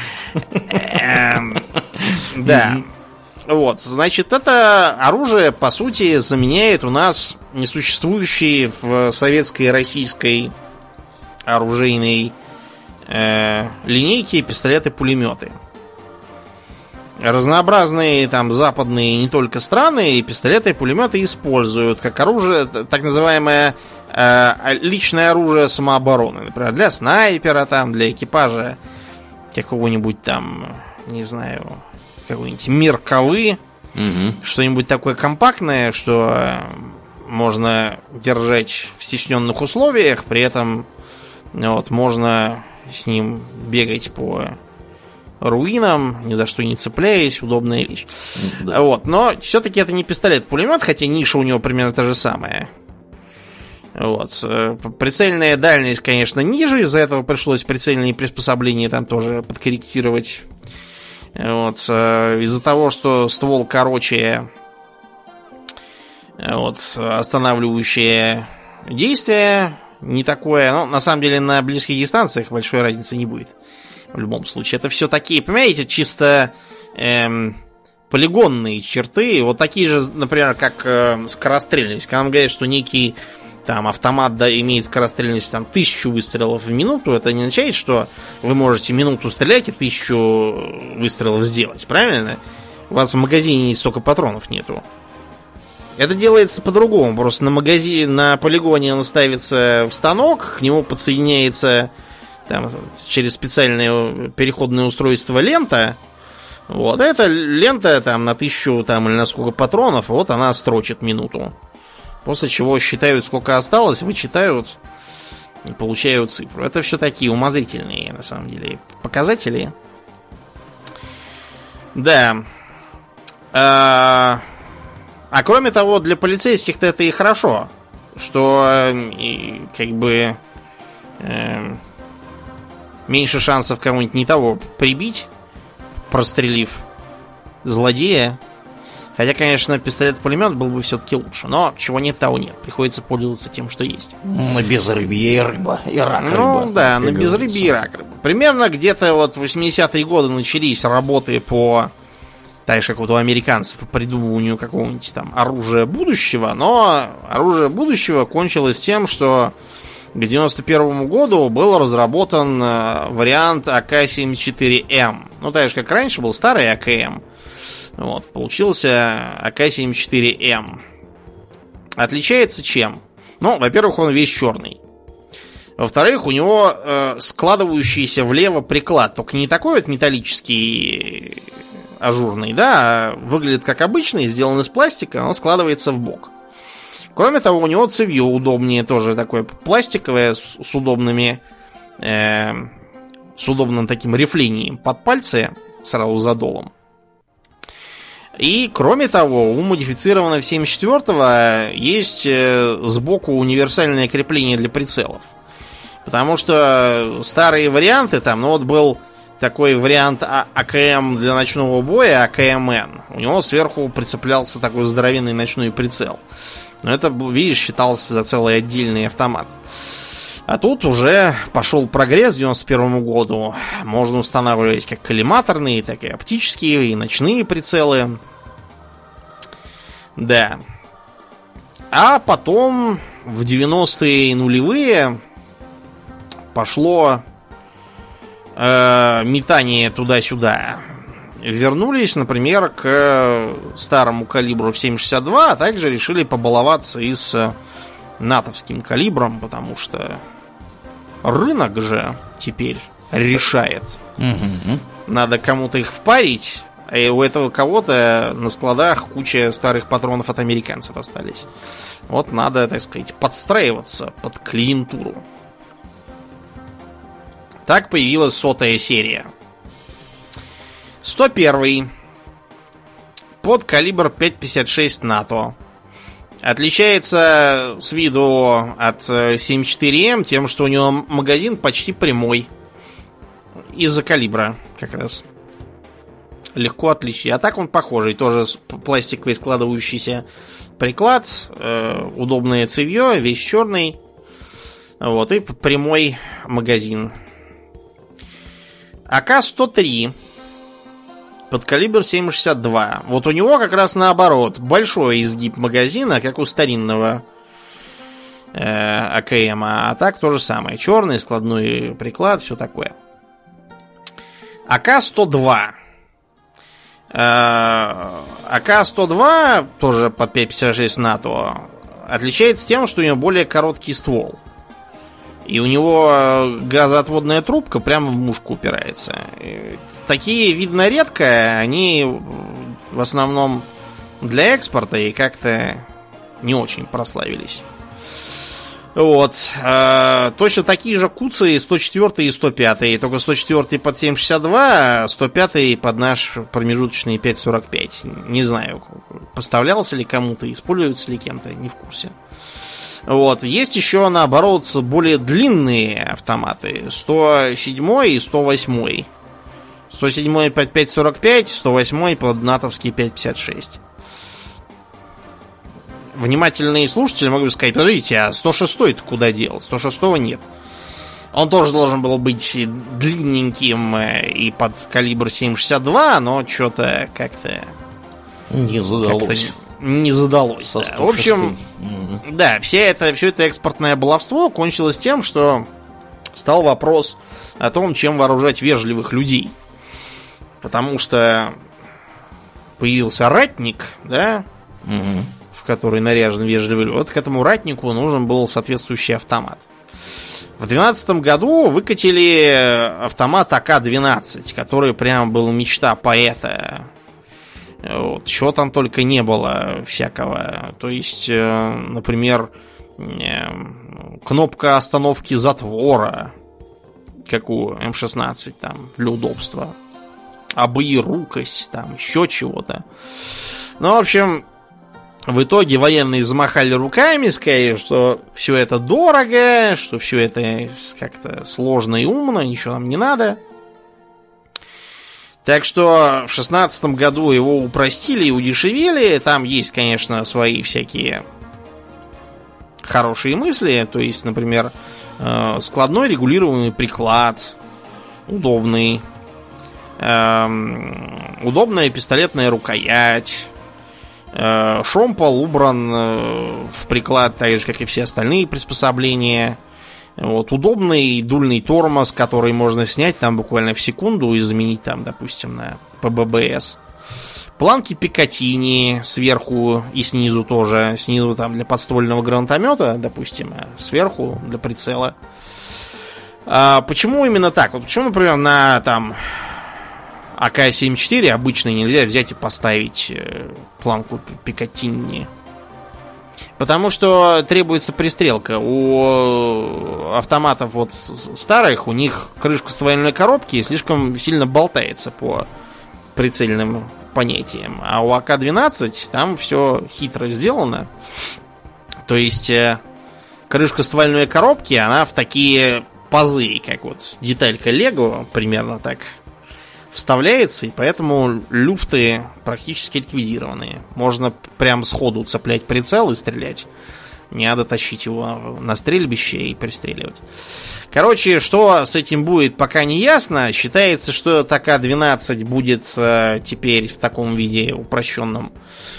Да. Вот, значит, это оружие, по сути, заменяет у нас несуществующие в советской и российской оружейной линейки пистолеты-пулеметы. Разнообразные там западные не только страны и пистолеты и пулеметы используют как оружие, так называемое личное оружие самообороны. Например, для снайпера, там, для экипажа какого-нибудь там, не знаю, какой-нибудь Меркавы, что-нибудь такое компактное, что можно держать в стесненных условиях, при этом вот, можно с ним бегать по руинам, ни за что не цепляясь, удобная вещь. Да. Вот, но все-таки это не пистолет-пулемет, хотя ниша у него примерно та же самая. Вот. Прицельная дальность, конечно, ниже, из-за этого пришлось прицельные приспособления там тоже подкорректировать. Вот. Из-за того, что ствол короче, вот, останавливающее действие не такое, но на самом деле на близких дистанциях большой разницы не будет. В любом случае, это все такие, понимаете, чисто полигонные черты, вот такие же, например, как скорострельность. Когда нам говорят, что некий там автомат, да, имеет скорострельность там 1000 выстрелов в минуту, это не означает, что вы можете минуту стрелять и 1000 выстрелов сделать, правильно? У вас в магазине столько патронов нету. Это делается по-другому, просто на полигоне он ставится в станок, к нему подсоединяется там, через специальное переходное устройство лента. Вот, эта лента там на 1000 там, или на сколько патронов, вот она строчит минуту. После чего считают, сколько осталось, вычитают и получают цифру. Это все такие умозрительные, на самом деле, показатели. Да. А кроме того, для полицейских-то это и хорошо, что как бы меньше шансов кого-нибудь не того прибить, прострелив злодея. Хотя, конечно, пистолет-пулемет был бы все-таки лучше. Но чего нет, того нет. Приходится пользоваться тем, что есть. На безрыбье и рыба, и рак рыба. Ну да, на безрыбье и рак рыба. Примерно где-то вот в 80-е годы начались работы по, так же, как вот у американцев, по придумыванию какого-нибудь там оружия будущего. Но оружие будущего кончилось тем, что к 91 году был разработан вариант АК-74М. Ну, так же, как раньше был старый АКМ. Вот, получился АК-74М. Отличается чем? Ну, во-первых, он весь черный. Во-вторых, у него складывающийся влево приклад. Только не такой вот металлический ажурный, да, а выглядит как обычный, сделан из пластика, он складывается в бок. Кроме того, у него цевьё удобнее, тоже такое пластиковое, с удобным таким рифлением под пальцы, сразу за долом. И, кроме того, у модифицированного 74-го есть сбоку универсальное крепление для прицелов. Потому что старые варианты, там, ну вот был такой вариант АКМ для ночного боя, АКМН. У него сверху прицеплялся такой здоровенный ночной прицел. Но это, видишь, считался за целый отдельный автомат. А тут уже пошел прогресс к 91 году. Можно устанавливать как коллиматорные, так и оптические, и ночные прицелы. Да. А потом в 90-е нулевые пошло метание туда-сюда. Вернулись, например, к старому калибру в 7,62, а также решили побаловаться и с натовским калибром, потому что рынок же теперь решает. Надо кому-то их впарить, И у этого кого-то на складах куча старых патронов от американцев остались. Вот надо, так сказать, подстраиваться под клиентуру. Так появилась 100-я серия. 101-й. Под калибр 5,56 НАТО. Отличается с виду от 7,4М тем, что у него магазин почти прямой. Из-за калибра как раз. Легко отличить. А так он похожий. Тоже пластиковый складывающийся приклад. Удобное цевье. Весь черный. Вот. И прямой магазин. АК-103. Под калибр 7,62. Вот у него как раз наоборот. Большой изгиб магазина, как у старинного АКМ. А так то же самое. Черный складной приклад. Все такое. АК-102. АК-102, тоже под 5,56 НАТО, отличается тем, что у него более короткий ствол. И у него газоотводная трубка прямо в мушку упирается. Такие, видно, редко. Они в основном для экспорта и как-то не очень прославились. Вот. Точно такие же куцы 104 и 105. Только 104 под 7,62, а 105 под наш промежуточный 5,45. Не знаю, поставлялся ли кому-то, используется ли кем-то, не в курсе. Вот. Есть еще, наоборот, более длинные автоматы. 107 и 108. 107 под 5,45, 108 под натовский 5,56. Внимательные слушатели могут сказать: подождите, а 106-й-то куда дел? 106-го нет. Он тоже должен был быть длинненьким и под калибр 7,62, но что-то как-то... Не задалось. Не задалось. Да. В общем, да, все это экспортное баловство кончилось тем, что стал вопрос о том, чем вооружать вежливых людей. Потому что появился ратник, да, в который наряжен вежливый люд. Вот к этому ратнику нужен был соответствующий автомат. В 2012 году выкатили автомат АК-12, который прям был мечта поэта. Вот. Чего там только не было всякого. То есть, например, кнопка остановки затвора, как у М16, там, для удобства. Обоирукость, там, еще чего-то. Ну, в общем, в итоге военные замахали руками, сказали, что все это дорого, что все это как-то сложно и умно, ничего нам не надо. Так что в 2016 году его упростили и удешевили. Там есть, конечно, свои всякие хорошие мысли. То есть, например, складной регулируемый приклад, удобный. Удобная пистолетная рукоять. Шомпол убран в приклад, так же, как и все остальные приспособления. Вот, удобный дульный тормоз, который можно снять там буквально в секунду и заменить там, допустим, на ПББС. Планки Пикатини сверху и снизу тоже. Снизу там для подствольного гранатомета, допустим, а сверху для прицела. Почему именно так? Вот почему, например, на там АК-74 обычно нельзя взять и поставить планку Пикатини? Потому что требуется пристрелка. У автоматов вот старых, у них крышка ствольной коробки слишком сильно болтается по прицельным понятиям. А у АК-12 там все хитро сделано. То есть крышка ствольной коробки, она в такие пазы, как вот деталька Лего, примерно так вставляется, и поэтому люфты практически ликвидированные. Можно прям сходу цеплять прицел и стрелять. Не надо тащить его на стрельбище и пристреливать. Короче, что с этим будет, пока не ясно. Считается, что АК-12 будет теперь в таком виде упрощенном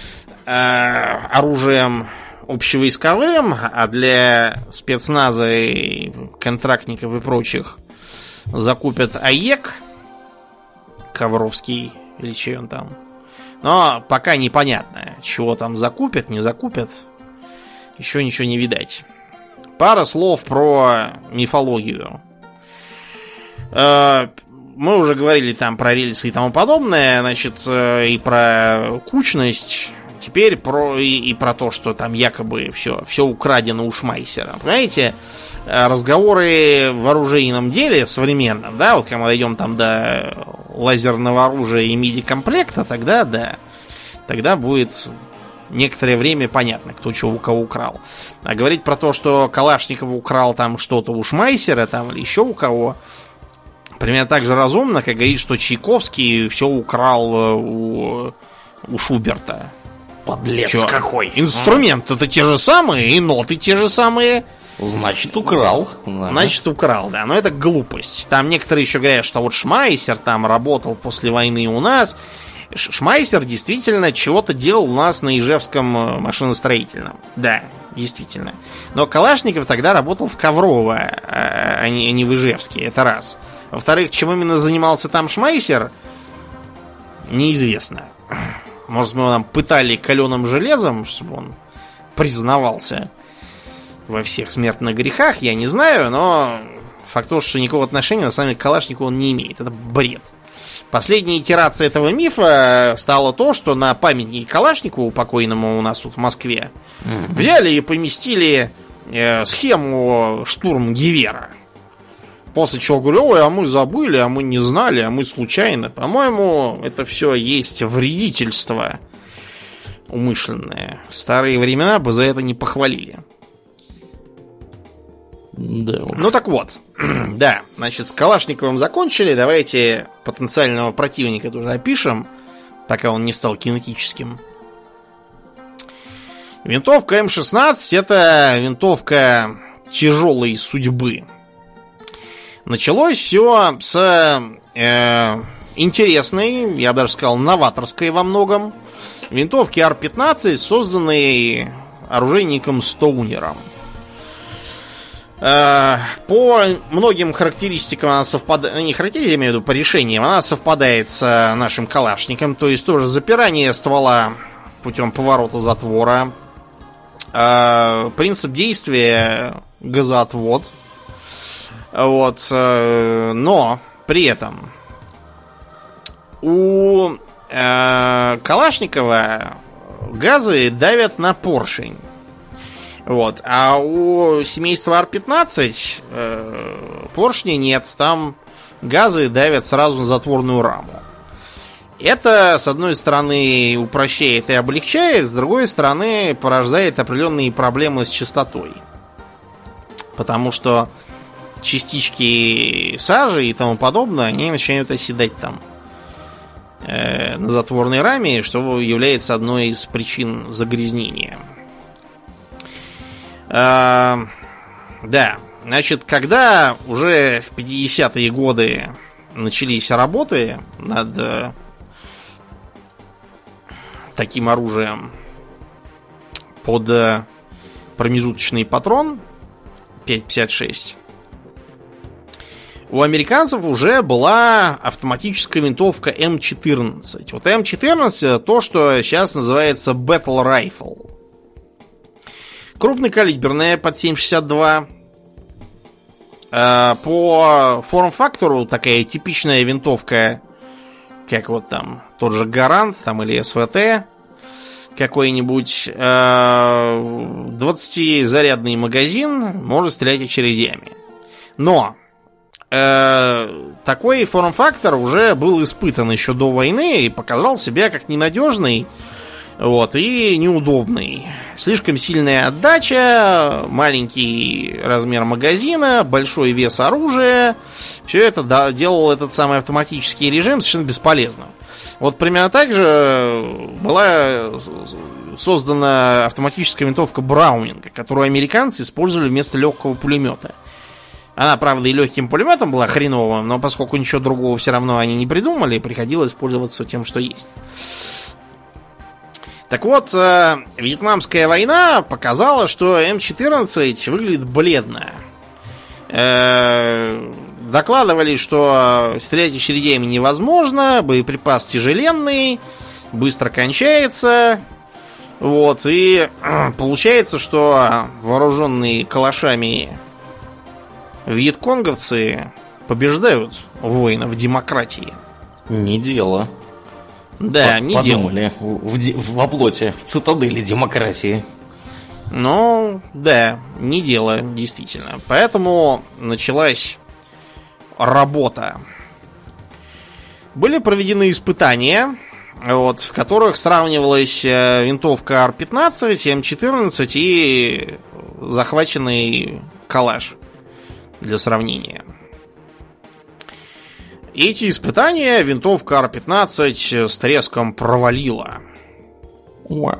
оружием общевойсковым, а для спецназа и контрактников и прочих закупят АЕК Ковровский, или чей он там. Но пока непонятно, чего там закупят, не закупят. Еще ничего не видать. Пара слов про мифологию. мы уже говорили там про рельсы и тому подобное, значит, и про кучность. Теперь про то, что там якобы все украдено у Шмайсера. Понимаете, разговоры в оружейном деле современном, да, вот когда мы дойдем там до лазерного оружия и MIDI-комплекта, тогда да, тогда будет некоторое время понятно, кто чего у кого украл. А говорить про то, что Калашников украл там что-то у Шмайсера там или еще у кого, примерно так же разумно, как говорить, что Чайковский все украл у Шуберта. Подлец Чё? какой. Инструмент-то те же самые, и ноты те же самые. Значит, украл. Значит, украл, да. Но это глупость. Там некоторые еще говорят, что вот Шмайсер там работал после войны у нас. Шмайсер действительно чего-то делал у нас на Ижевском машиностроительном. Да, действительно. Но Калашников тогда работал в Коврово, а не в Ижевске. Это раз. Во-вторых, чем именно занимался там Шмайсер, неизвестно. Может, мы его там пытали каленым железом, чтобы он признавался во всех смертных грехах, я не знаю, но факт то, что никакого отношения на самом деле к Калашникову он не имеет. Это бред. Последняя итерация этого мифа стала то, что на памятнике Калашникову, покойному у нас тут в Москве, взяли и поместили схему штурм Гивера. После чего говорю, ой, а мы забыли, а мы не знали, а мы случайно. По-моему, это все есть вредительство умышленное. В старые времена бы за это не похвалили. Да уж. Ну так вот, да, значит, с Калашниковым закончили. Давайте потенциального противника тоже опишем, пока он не стал кинетическим. Винтовка М16 это винтовка тяжелой судьбы. Началось все с интересной, я даже сказал, новаторской во многом винтовки Р-15, созданной оружейником Стоунером. По многим характеристикам она совпадает, не характеристикам, я имею в виду по решениям, она совпадает с нашим Калашником, то есть тоже запирание ствола путем поворота затвора, принцип действия газоотвод. Вот, но при этом у Калашникова газы давят на поршень. Вот, а у семейства Р-15 поршней нет, там газы давят сразу на затворную раму. Это, с одной стороны, упрощает и облегчает, с другой стороны, порождает определенные проблемы с частотой. Потому что частички сажи и тому подобное, они начинают оседать там на затворной раме, что является одной из причин загрязнения. Да, значит, когда уже в 50-е годы начались работы над таким оружием под промежуточный патрон 5,56, у американцев уже была автоматическая винтовка М14. Вот М14 то, что сейчас называется Battle Rifle. Крупнокалиберная под 7,62. По форм-фактору такая типичная винтовка, как вот там тот же Гарант там, или СВТ какой-нибудь. 20-зарядный магазин, может стрелять очередями. Но такой форм-фактор уже был испытан еще до войны и показал себя как ненадежный, вот, и неудобный. Слишком сильная отдача, маленький размер магазина, большой вес оружия. Все это делал этот самый автоматический режим совершенно бесполезным. Вот примерно так же была создана автоматическая винтовка Браунинга, которую американцы использовали вместо легкого пулемета. Она, правда, и легким пулеметом была хреновым, но поскольку ничего другого все равно они не придумали, приходилось пользоваться тем, что есть. Так вот, Вьетнамская война показала, что М14 выглядит бледно. Докладывали, что стрелять очередями невозможно, боеприпас тяжеленный, быстро кончается. Вот, и получается, что вооруженные калашами вьетконговцы побеждают воинов демократии. Не дело. Да, не дело. Подумали, во плоти, в цитадели демократии. Ну, да, не дело, действительно. Поэтому началась работа. Были проведены испытания, вот, в которых сравнивалась винтовка Ар-15, М14 и захваченный калаш для сравнения. Эти испытания винтовка Ар-15 с треском провалила. Угу.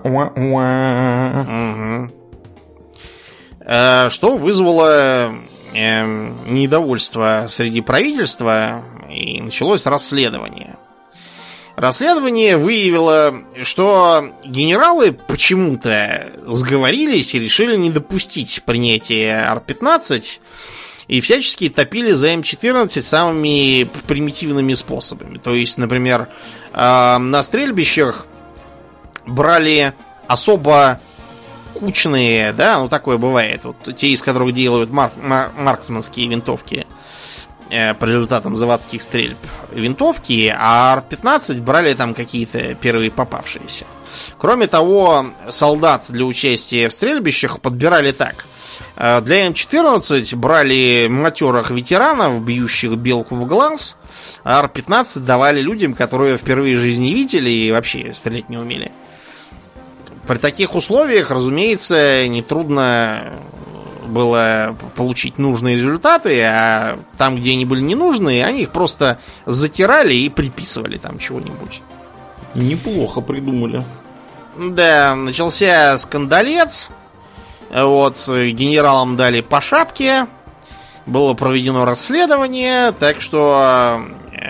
Что вызвало недовольство среди правительства, и началось расследование. Расследование выявило, что генералы почему-то сговорились и решили не допустить принятия Ар-15 и всячески топили за М14 самыми примитивными способами. То есть, например, на стрельбищах брали особо кучные, да, ну такое бывает, вот те, из которых делают марксманские винтовки по результатам заводских стрельб винтовки, а Ар-15 брали там какие-то первые попавшиеся. Кроме того, солдат для участия в стрельбищах подбирали так. Для М14 брали матерых ветеранов, бьющих белку в глаз, а Ар-15 давали людям, которые впервые в жизни видели и вообще стрелять не умели. При таких условиях, разумеется, нетрудно было получить нужные результаты, а там, где они были ненужные, они их просто затирали и приписывали там чего-нибудь. Неплохо придумали. Да, начался скандалец. Вот, генералам дали по шапке. Было проведено расследование, так что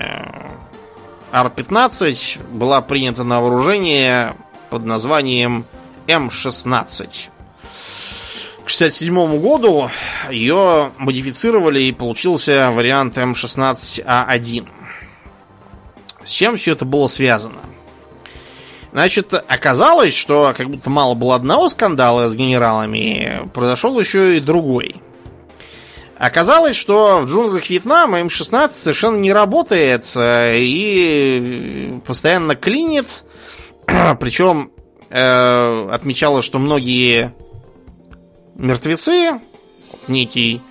Ар-15 была принята на вооружение под названием М-16. К 1967 году ее модифицировали и получился вариант М-16А1. С чем все это было связано? Значит, оказалось, что как будто мало было одного скандала с генералами, произошел еще и другой. Оказалось, что в джунглях Вьетнама М-16 совершенно не работает и постоянно клинит. Причем отмечалось, что многие мертвецы, некий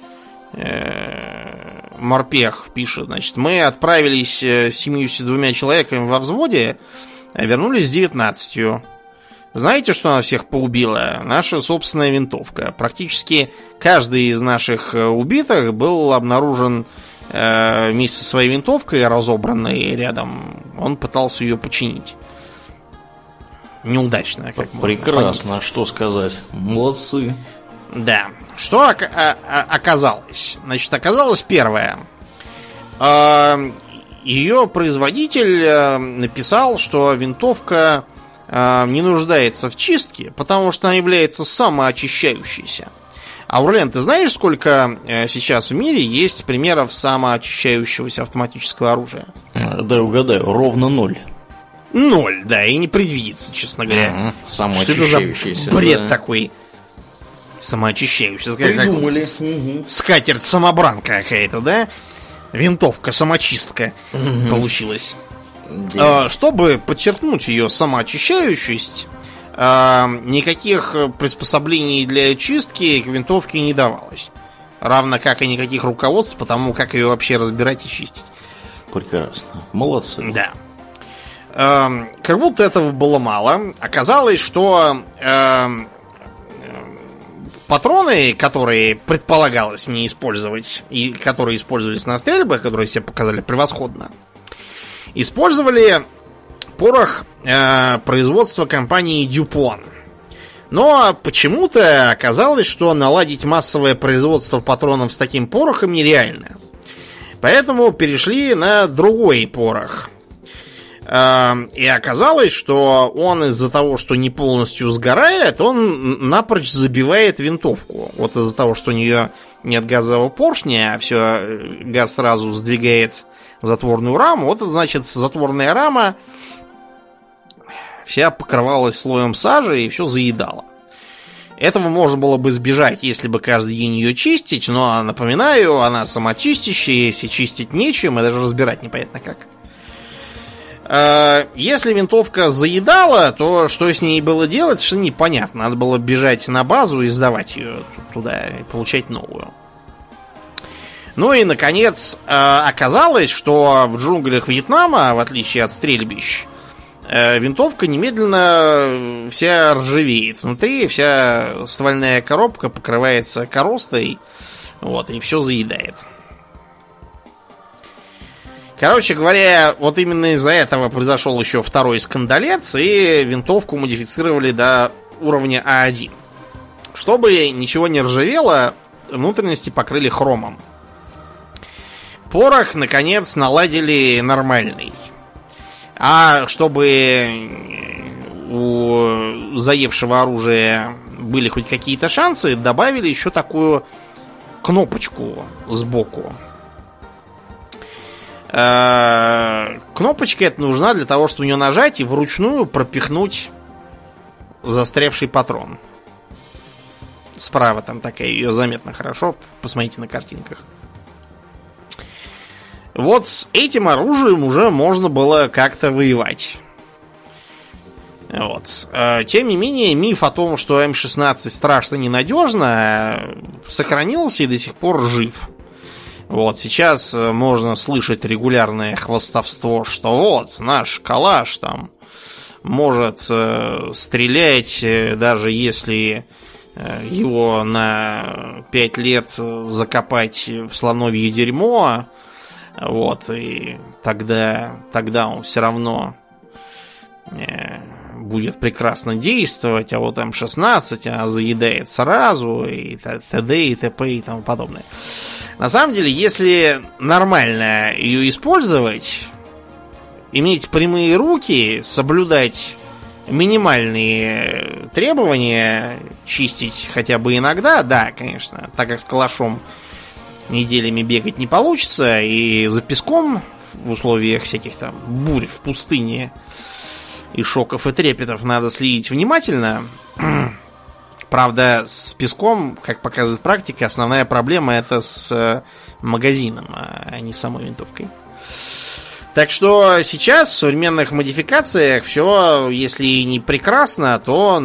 морпех пишет, значит, мы отправились с 72 человеками во взводе, а вернулись с 19. Знаете, что нас всех поубило? Наша собственная винтовка. Практически каждый из наших убитых был обнаружен вместе со своей винтовкой, разобранной рядом. Он пытался ее починить. Неудачно. Как прекрасно, что сказать. Молодцы. Да. Что оказалось? Значит, оказалось первое. Ее производитель написал, что винтовка не нуждается в чистке, потому что она является самоочищающейся. Аурлен, ты знаешь, сколько сейчас в мире есть примеров самоочищающегося автоматического оружия? Да, угадаю, ровно 0. 0, да, и не предвидится, честно говоря. Самоочищающийся. Что это за бред такой? Самоочищающийся. Придумали. Скатерть-самобранка какая-то, да? Винтовка-самочистка получилась. Чтобы подчеркнуть ее самоочищающесть, никаких приспособлений для чистки к винтовке не давалось. Равно как и никаких руководств по тому, как ее вообще разбирать и чистить. Прекрасно. Молодцы. Да. Как будто этого было мало. Оказалось, что патроны, которые предполагалось мне использовать, и которые использовались на стрельбах, которые себя показали превосходно, использовали порох производства компании Дюпон. Но почему-то оказалось, что наладить массовое производство патронов с таким порохом нереально. Поэтому перешли на другой порох. И оказалось, что он из-за того, что не полностью сгорает, он напрочь забивает винтовку. Вот из-за того, что у нее нет газового поршня, а все, газ сразу сдвигает затворную раму. Вот это значит, затворная рама вся покрывалась слоем сажи и все заедала. Этого можно было бы избежать, если бы каждый день ее чистить, но, напоминаю, она самочистящая, если чистить нечем, и даже разбирать непонятно как. Если винтовка заедала, то что с ней было делать, совершенно непонятно. Надо было бежать на базу и сдавать ее туда, и получать новую. Ну и, наконец, оказалось, что в джунглях Вьетнама, в отличие от стрельбищ, винтовка немедленно вся ржавеет. Внутри вся ствольная коробка покрывается коростой, вот, и все заедает. Короче говоря, вот именно из-за этого произошел еще второй скандалец, и винтовку модифицировали до уровня А1. Чтобы ничего не ржавело, внутренности покрыли хромом. Порох, наконец, наладили нормальный. А чтобы у заевшего оружия были хоть какие-то шансы, добавили еще такую кнопочку сбоку. Кнопочка эта нужна для того, чтобы ее нажать и вручную пропихнуть застрявший патрон. Справа там такая, ее заметно хорошо. Посмотрите на картинках. Вот с этим оружием уже можно было как-то воевать. Вот. Тем не менее, миф о том, что М16 страшно ненадежно, сохранился и до сих пор жив. Вот, сейчас можно слышать регулярное хвастовство, что вот, наш калаш там может стрелять, даже если его на 5 лет закопать в слоновье дерьмо. Вот, и тогда он все равно будет прекрасно действовать, а вот М16 она заедает сразу, и т.д. и т.п. и тому подобное. На самом деле, если нормально ее использовать, иметь прямые руки, соблюдать минимальные требования, чистить хотя бы иногда, да, конечно, так как с калашом неделями бегать не получится, и за песком в условиях всяких там бурь в пустыне и шоков и трепетов надо следить внимательно. Правда, с песком, как показывает практика, основная проблема это с магазином, а не самой винтовкой. Так что сейчас в современных модификациях все, если не прекрасно, то,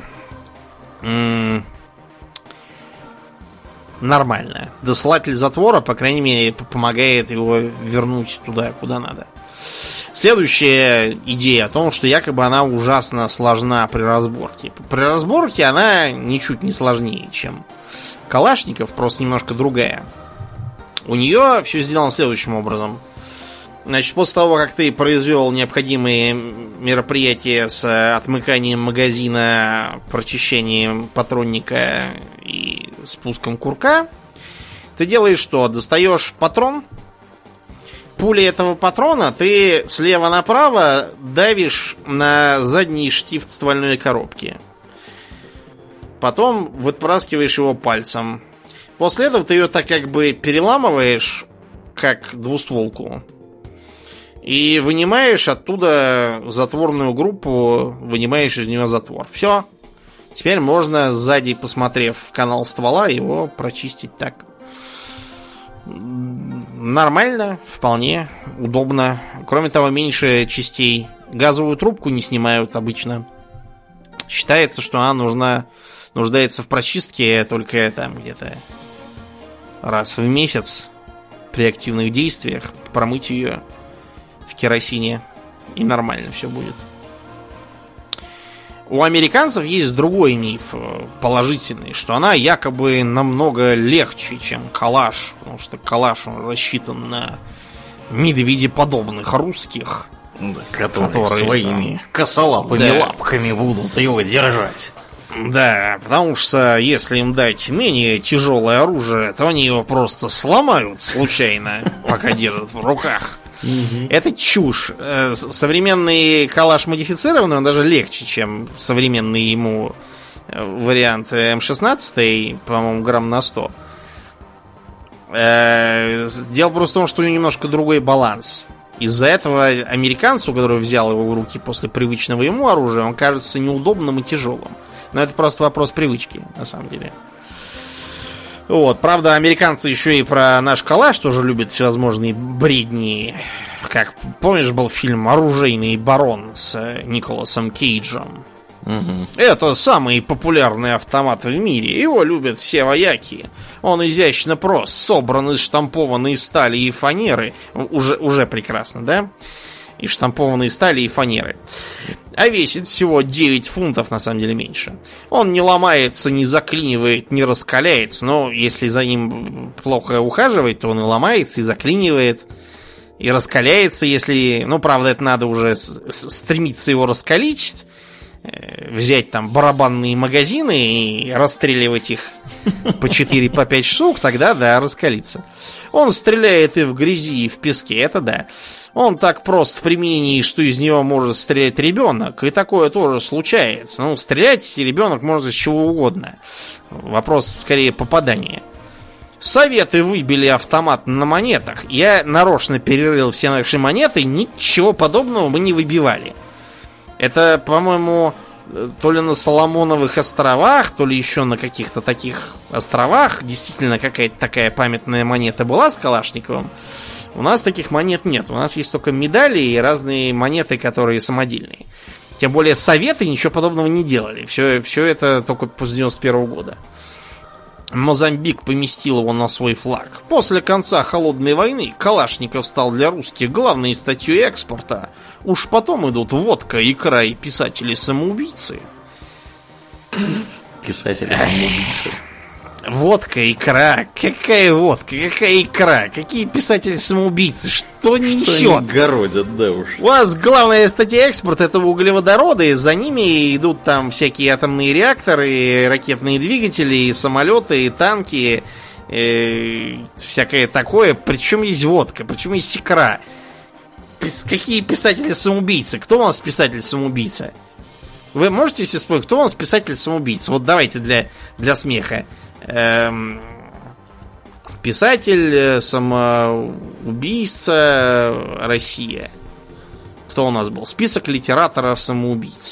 нормально. Досылатель затвора, по крайней мере, помогает его вернуть туда, куда надо. Следующая идея о том, что якобы она ужасно сложна при разборке. При разборке она ничуть не сложнее, чем Калашников, просто немножко другая. У нее все сделано следующим образом. Значит, после того, как ты произвел необходимые мероприятия с отмыканием магазина, прочищением патронника и спуском курка, ты делаешь что? Достаешь патрон. Пули этого патрона ты слева направо давишь на задний штифт ствольной коробки. Потом выпрыскиваешь его пальцем. После этого ты ее так как бы переламываешь, как двустволку. И вынимаешь оттуда затворную группу, вынимаешь из нее затвор. Все. Теперь можно сзади, посмотрев в канал ствола, его прочистить так. Нормально, вполне удобно. Кроме того, меньше частей. Газовую трубку не снимают обычно. Считается, что она нуждается в прочистке только там где-то раз в месяц при активных действиях. Промыть ее в керосине, и нормально все будет. У американцев есть другой миф положительный, что она якобы намного легче, чем калаш, потому что калаш он рассчитан на медведеподобных русских, которые своими косолапыми лапками будут его держать. Да, потому что если им дать менее тяжелое оружие, то они его просто сломают случайно, пока держат в руках. Это чушь. Современный калаш модифицированный, он даже легче, чем современный ему вариант М16, по-моему, грамм на 100. Дело просто в том, что у него немножко другой баланс. Из-за этого американцу, который взял его в руки после привычного ему оружия, он кажется неудобным и тяжелым. Но это просто вопрос привычки, на самом деле. Вот, правда, американцы еще и про наш калаш тоже любят всевозможные бредни. Как, помнишь, был фильм «Оружейный барон» с Николасом Кейджем? Угу. Это самый популярный автомат в мире. Его любят все вояки. Он изящно прост, собран из штампованной стали и фанеры. Уже прекрасно, да? Из штампованной стали и фанеры. А весит всего 9 фунтов, на самом деле меньше. Он не ломается, не заклинивает, не раскаляется. Но если за ним плохо ухаживать, то он и ломается, и заклинивает, и раскаляется. Если, ну, правда, это надо уже стремиться его раскалить, взять там барабанные магазины и расстреливать их по 4-5 штук, тогда, да, раскалится. Он стреляет и в грязи, и в песке, это да. Он так прост в применении, что из него может стрелять ребенок, и такое тоже случается. Ну, стрелять ребенок может из чего угодно. Вопрос скорее попадания. Советы выбили автомат на монетах. Я нарочно перерыл все наши монеты, ничего подобного мы не выбивали. Это, по-моему, то ли на Соломоновых островах, то ли еще на каких-то таких островах действительно какая-то такая памятная монета была с Калашниковым. У нас таких монет нет. У нас есть только медали и разные монеты, которые самодельные. Тем более Советы ничего подобного не делали. Все это только после 91 года. Мозамбик поместил его на свой флаг. После конца Холодной войны Калашников стал для русских главной статьей экспорта. Уж потом идут водка, икра и писатели-самоубийцы. Писатели-самоубийцы. Водка, икра. Какая водка, какая икра? Какие писатели-самоубийцы? Что несет? Что они городят, да уж. У вас главная статья экспорта — это углеводороды. За ними идут там всякие атомные реакторы, ракетные двигатели, самолеты, танки, всякое такое. Причем есть водка, причем есть икра. Какие писатели-самоубийцы? Кто у нас писатель-самоубийца? Вы можете себе вспомнить, кто у нас писатель-самоубийца? Вот давайте для смеха. Писатель, самоубийца, Россия. Кто у нас был? Список литераторов-самоубийц.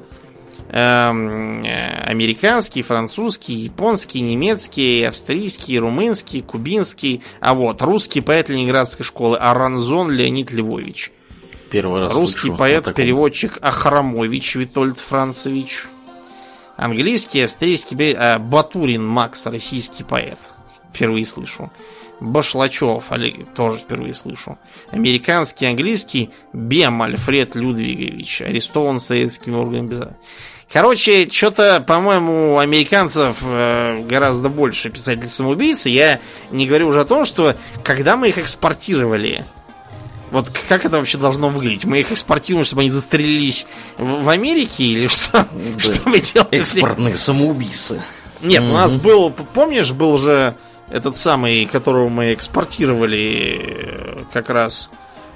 Американский, французский, японский, немецкий, австрийский, румынский, кубинский. А вот, русский поэт Ленинградской школы Аранзон Леонид Львович. Первый раз русский поэт-переводчик Ахрамович Витольд Францевич. Английский, австрийский, Батурин Макс, российский поэт. Впервые слышу. Башлачев, тоже впервые слышу. Американский, английский, Бем Альфред Людвигович. Арестован советскими органами безопасности. Короче, что-то, по-моему, у американцев гораздо больше писателей-самоубийц. Я не говорю уже о том, что когда мы их экспортировали, вот как это вообще должно выглядеть? Мы их экспортируем, чтобы они застрелились в Америке или что? Да. Что мы делаем? Экспортные самоубийцы. Нет, у нас был, помнишь, был же этот самый, которого мы экспортировали как раз,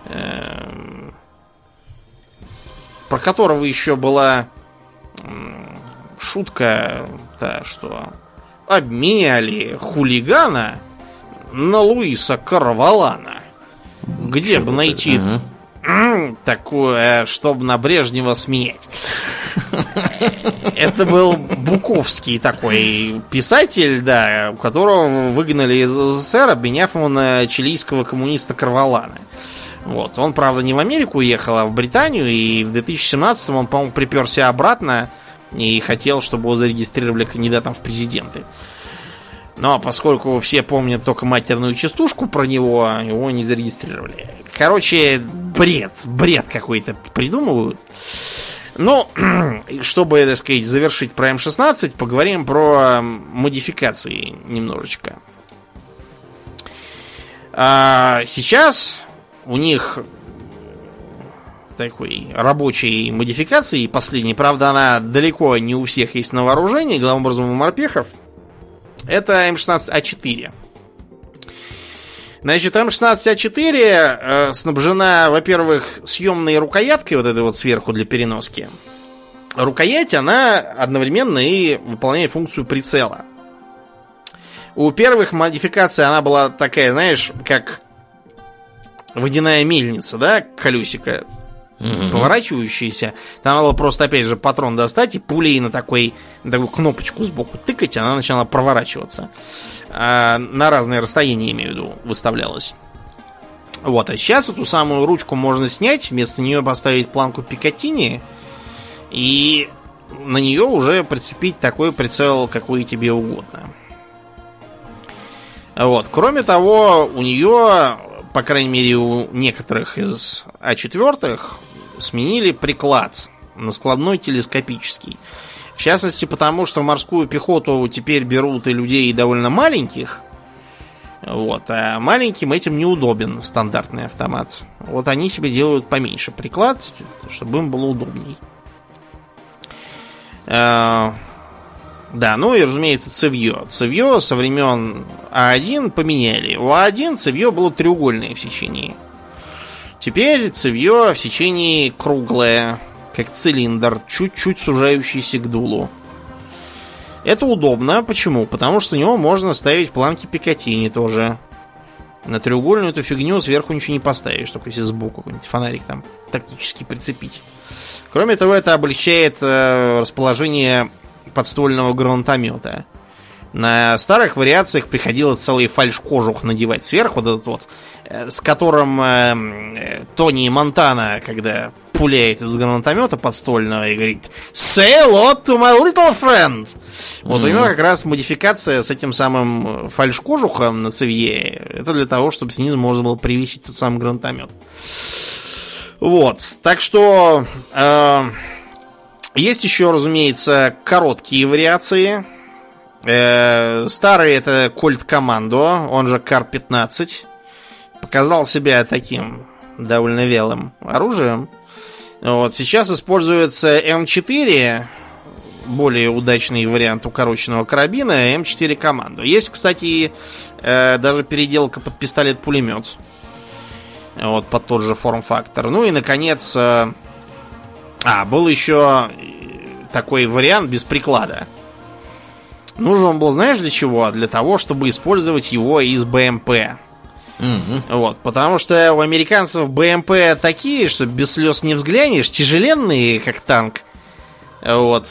про которого еще была шутка-то, что обменяли хулигана на Луиса Карвалана. Где бы найти такое, чтобы на Брежнева сменять? Это был Буковский такой писатель, да, которого выгнали из СССР, обменяв его на чилийского коммуниста Карвалана. Вот. Он, правда, не в Америку уехал, а в Британию, и в 2017-м он, по-моему, приперся обратно и хотел, чтобы его зарегистрировали кандидатом в президенты. Но поскольку все помнят только матерную частушку про него, его не зарегистрировали. Короче, бред какой-то придумывают. Ну, чтобы, так сказать, завершить про М-16, поговорим про модификации немножечко. Сейчас у них такой рабочей модификации, последней, правда, она далеко не у всех есть на вооружении, главным образом у морпехов. Это М-16А4. Значит, М-16А4 снабжена, во-первых, съемной рукояткой, вот этой вот сверху для переноски. Рукоять, она одновременно и выполняет функцию прицела. У первых модификаций она была такая, знаешь, как водяная мельница, да, колесико поворачивающаяся. Там надо было просто, опять же, патрон достать и пулей на такую кнопочку сбоку тыкать, она начала проворачиваться. На разные расстояния, имею в виду, выставлялась. Вот, а сейчас эту самую ручку можно снять, вместо нее поставить планку Пикатини и на нее уже прицепить такой прицел, какой тебе угодно. Вот. Кроме того, у нее, по крайней мере, у некоторых из А4 сменили приклад на складной телескопический. В частности, потому что в морскую пехоту теперь берут и людей довольно маленьких. Вот, а маленьким этим неудобен стандартный автомат. Вот они себе делают поменьше приклад, чтобы им было удобней. Да, ну и, разумеется, цевье. Цевье со времен А1 поменяли. У А1 цевье было треугольное в сечении. Теперь цевье в сечении круглое, как цилиндр, чуть-чуть сужающийся к дулу. Это удобно. Почему? Потому что у него можно ставить планки Пикатини тоже. На треугольную эту фигню сверху ничего не поставишь, только если сбоку какой-нибудь фонарик там тактически прицепить. Кроме того, это облегчает расположение подствольного гранатомета. На старых вариациях приходилось целый фальш-кожух надевать сверху, вот этот вот, с которым Тони Монтана, когда пуляет из гранатомета подствольного и говорит «Say hello to my little friend!» Вот у него как раз модификация с этим самым фальш-кожухом на цевье. Это для того, чтобы снизу можно было привесить тот самый гранатомет. Вот, так что есть еще, разумеется, короткие вариации. Старый это Colt Commando, он же Кар-15. Показал себя таким довольно вялым оружием. Вот, сейчас используется М4, более удачный вариант укороченного карабина, М4 Commando. Есть, кстати, даже переделка под пистолет-пулемет. Вот, под тот же форм-фактор. Ну и, наконец, был еще такой вариант без приклада. Нужен он был, знаешь, для чего? Для того, чтобы использовать его из БМП. Вот, потому что у американцев БМП такие, что без слез не взглянешь, тяжеленные, как танк. Вот,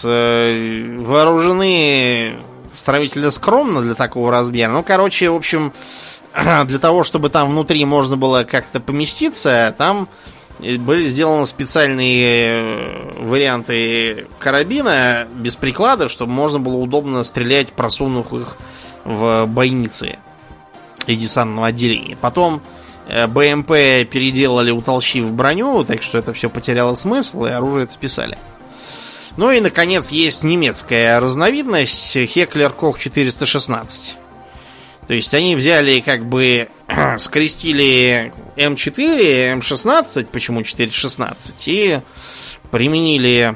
вооружены сравнительно скромно для такого размера. Ну, короче, в общем, для того, чтобы там внутри можно было как-то поместиться, там были сделаны специальные варианты карабина без приклада, чтобы можно было удобно стрелять, просунув их в бойницы и десантного отделения. Потом БМП переделали, утолщив броню, так что это все потеряло смысл, и оружие это списали. Ну и, наконец, есть немецкая разновидность Heckler Koch 416. То есть они взяли, как бы, скрестили М4, М16, почему 416, и применили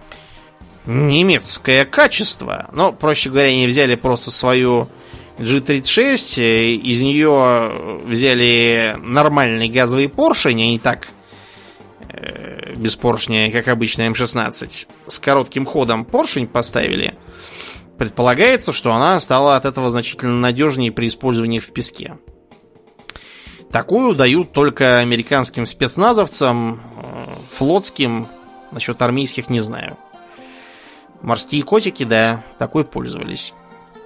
немецкое качество. Но, проще говоря, они взяли просто свою G36, из нее взяли нормальный газовый поршень, а не так без поршня, как обычно М16. С коротким ходом поршень поставили. Предполагается, что она стала от этого значительно надежнее при использовании в песке. Такую дают только американским спецназовцам, флотским, насчет армейских не знаю. Морские котики, да, такой пользовались.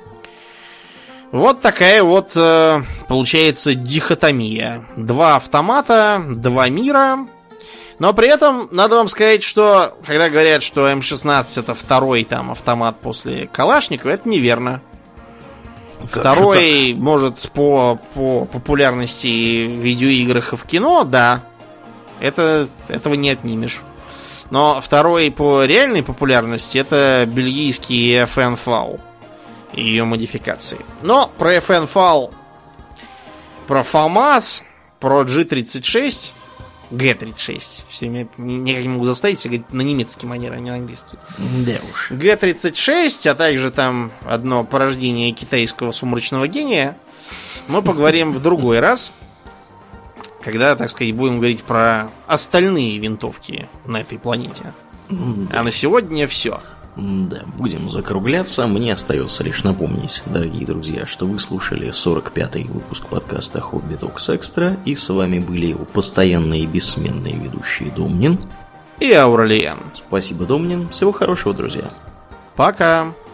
Вот такая вот получается дихотомия. Два автомата, два мира. Но при этом надо вам сказать, что когда говорят, что М16 это второй там автомат после Калашникова, это неверно. Второй, может, по популярности в видеоиграх и в кино, да. Этого не отнимешь. Но второй по реальной популярности это бельгийский FN FAL и ее модификации. Но про FN FAL, про FAMAS, про G36, G36. Все меня никак не могу заставить говорить на немецкий манер, а не на английский. Да уж. G36, а также там одно порождение китайского сумрачного гения, мы поговорим в другой раз, когда, так сказать, будем говорить про остальные винтовки на этой планете. А на сегодня все. Да, будем закругляться. Мне остается лишь напомнить, дорогие друзья, что вы слушали 45-й выпуск подкаста «Хобби Токс Экстра», и с вами были его постоянные и бессменные ведущие Домнин и Ауралиен. Спасибо, Домнин. Всего хорошего, друзья. Пока.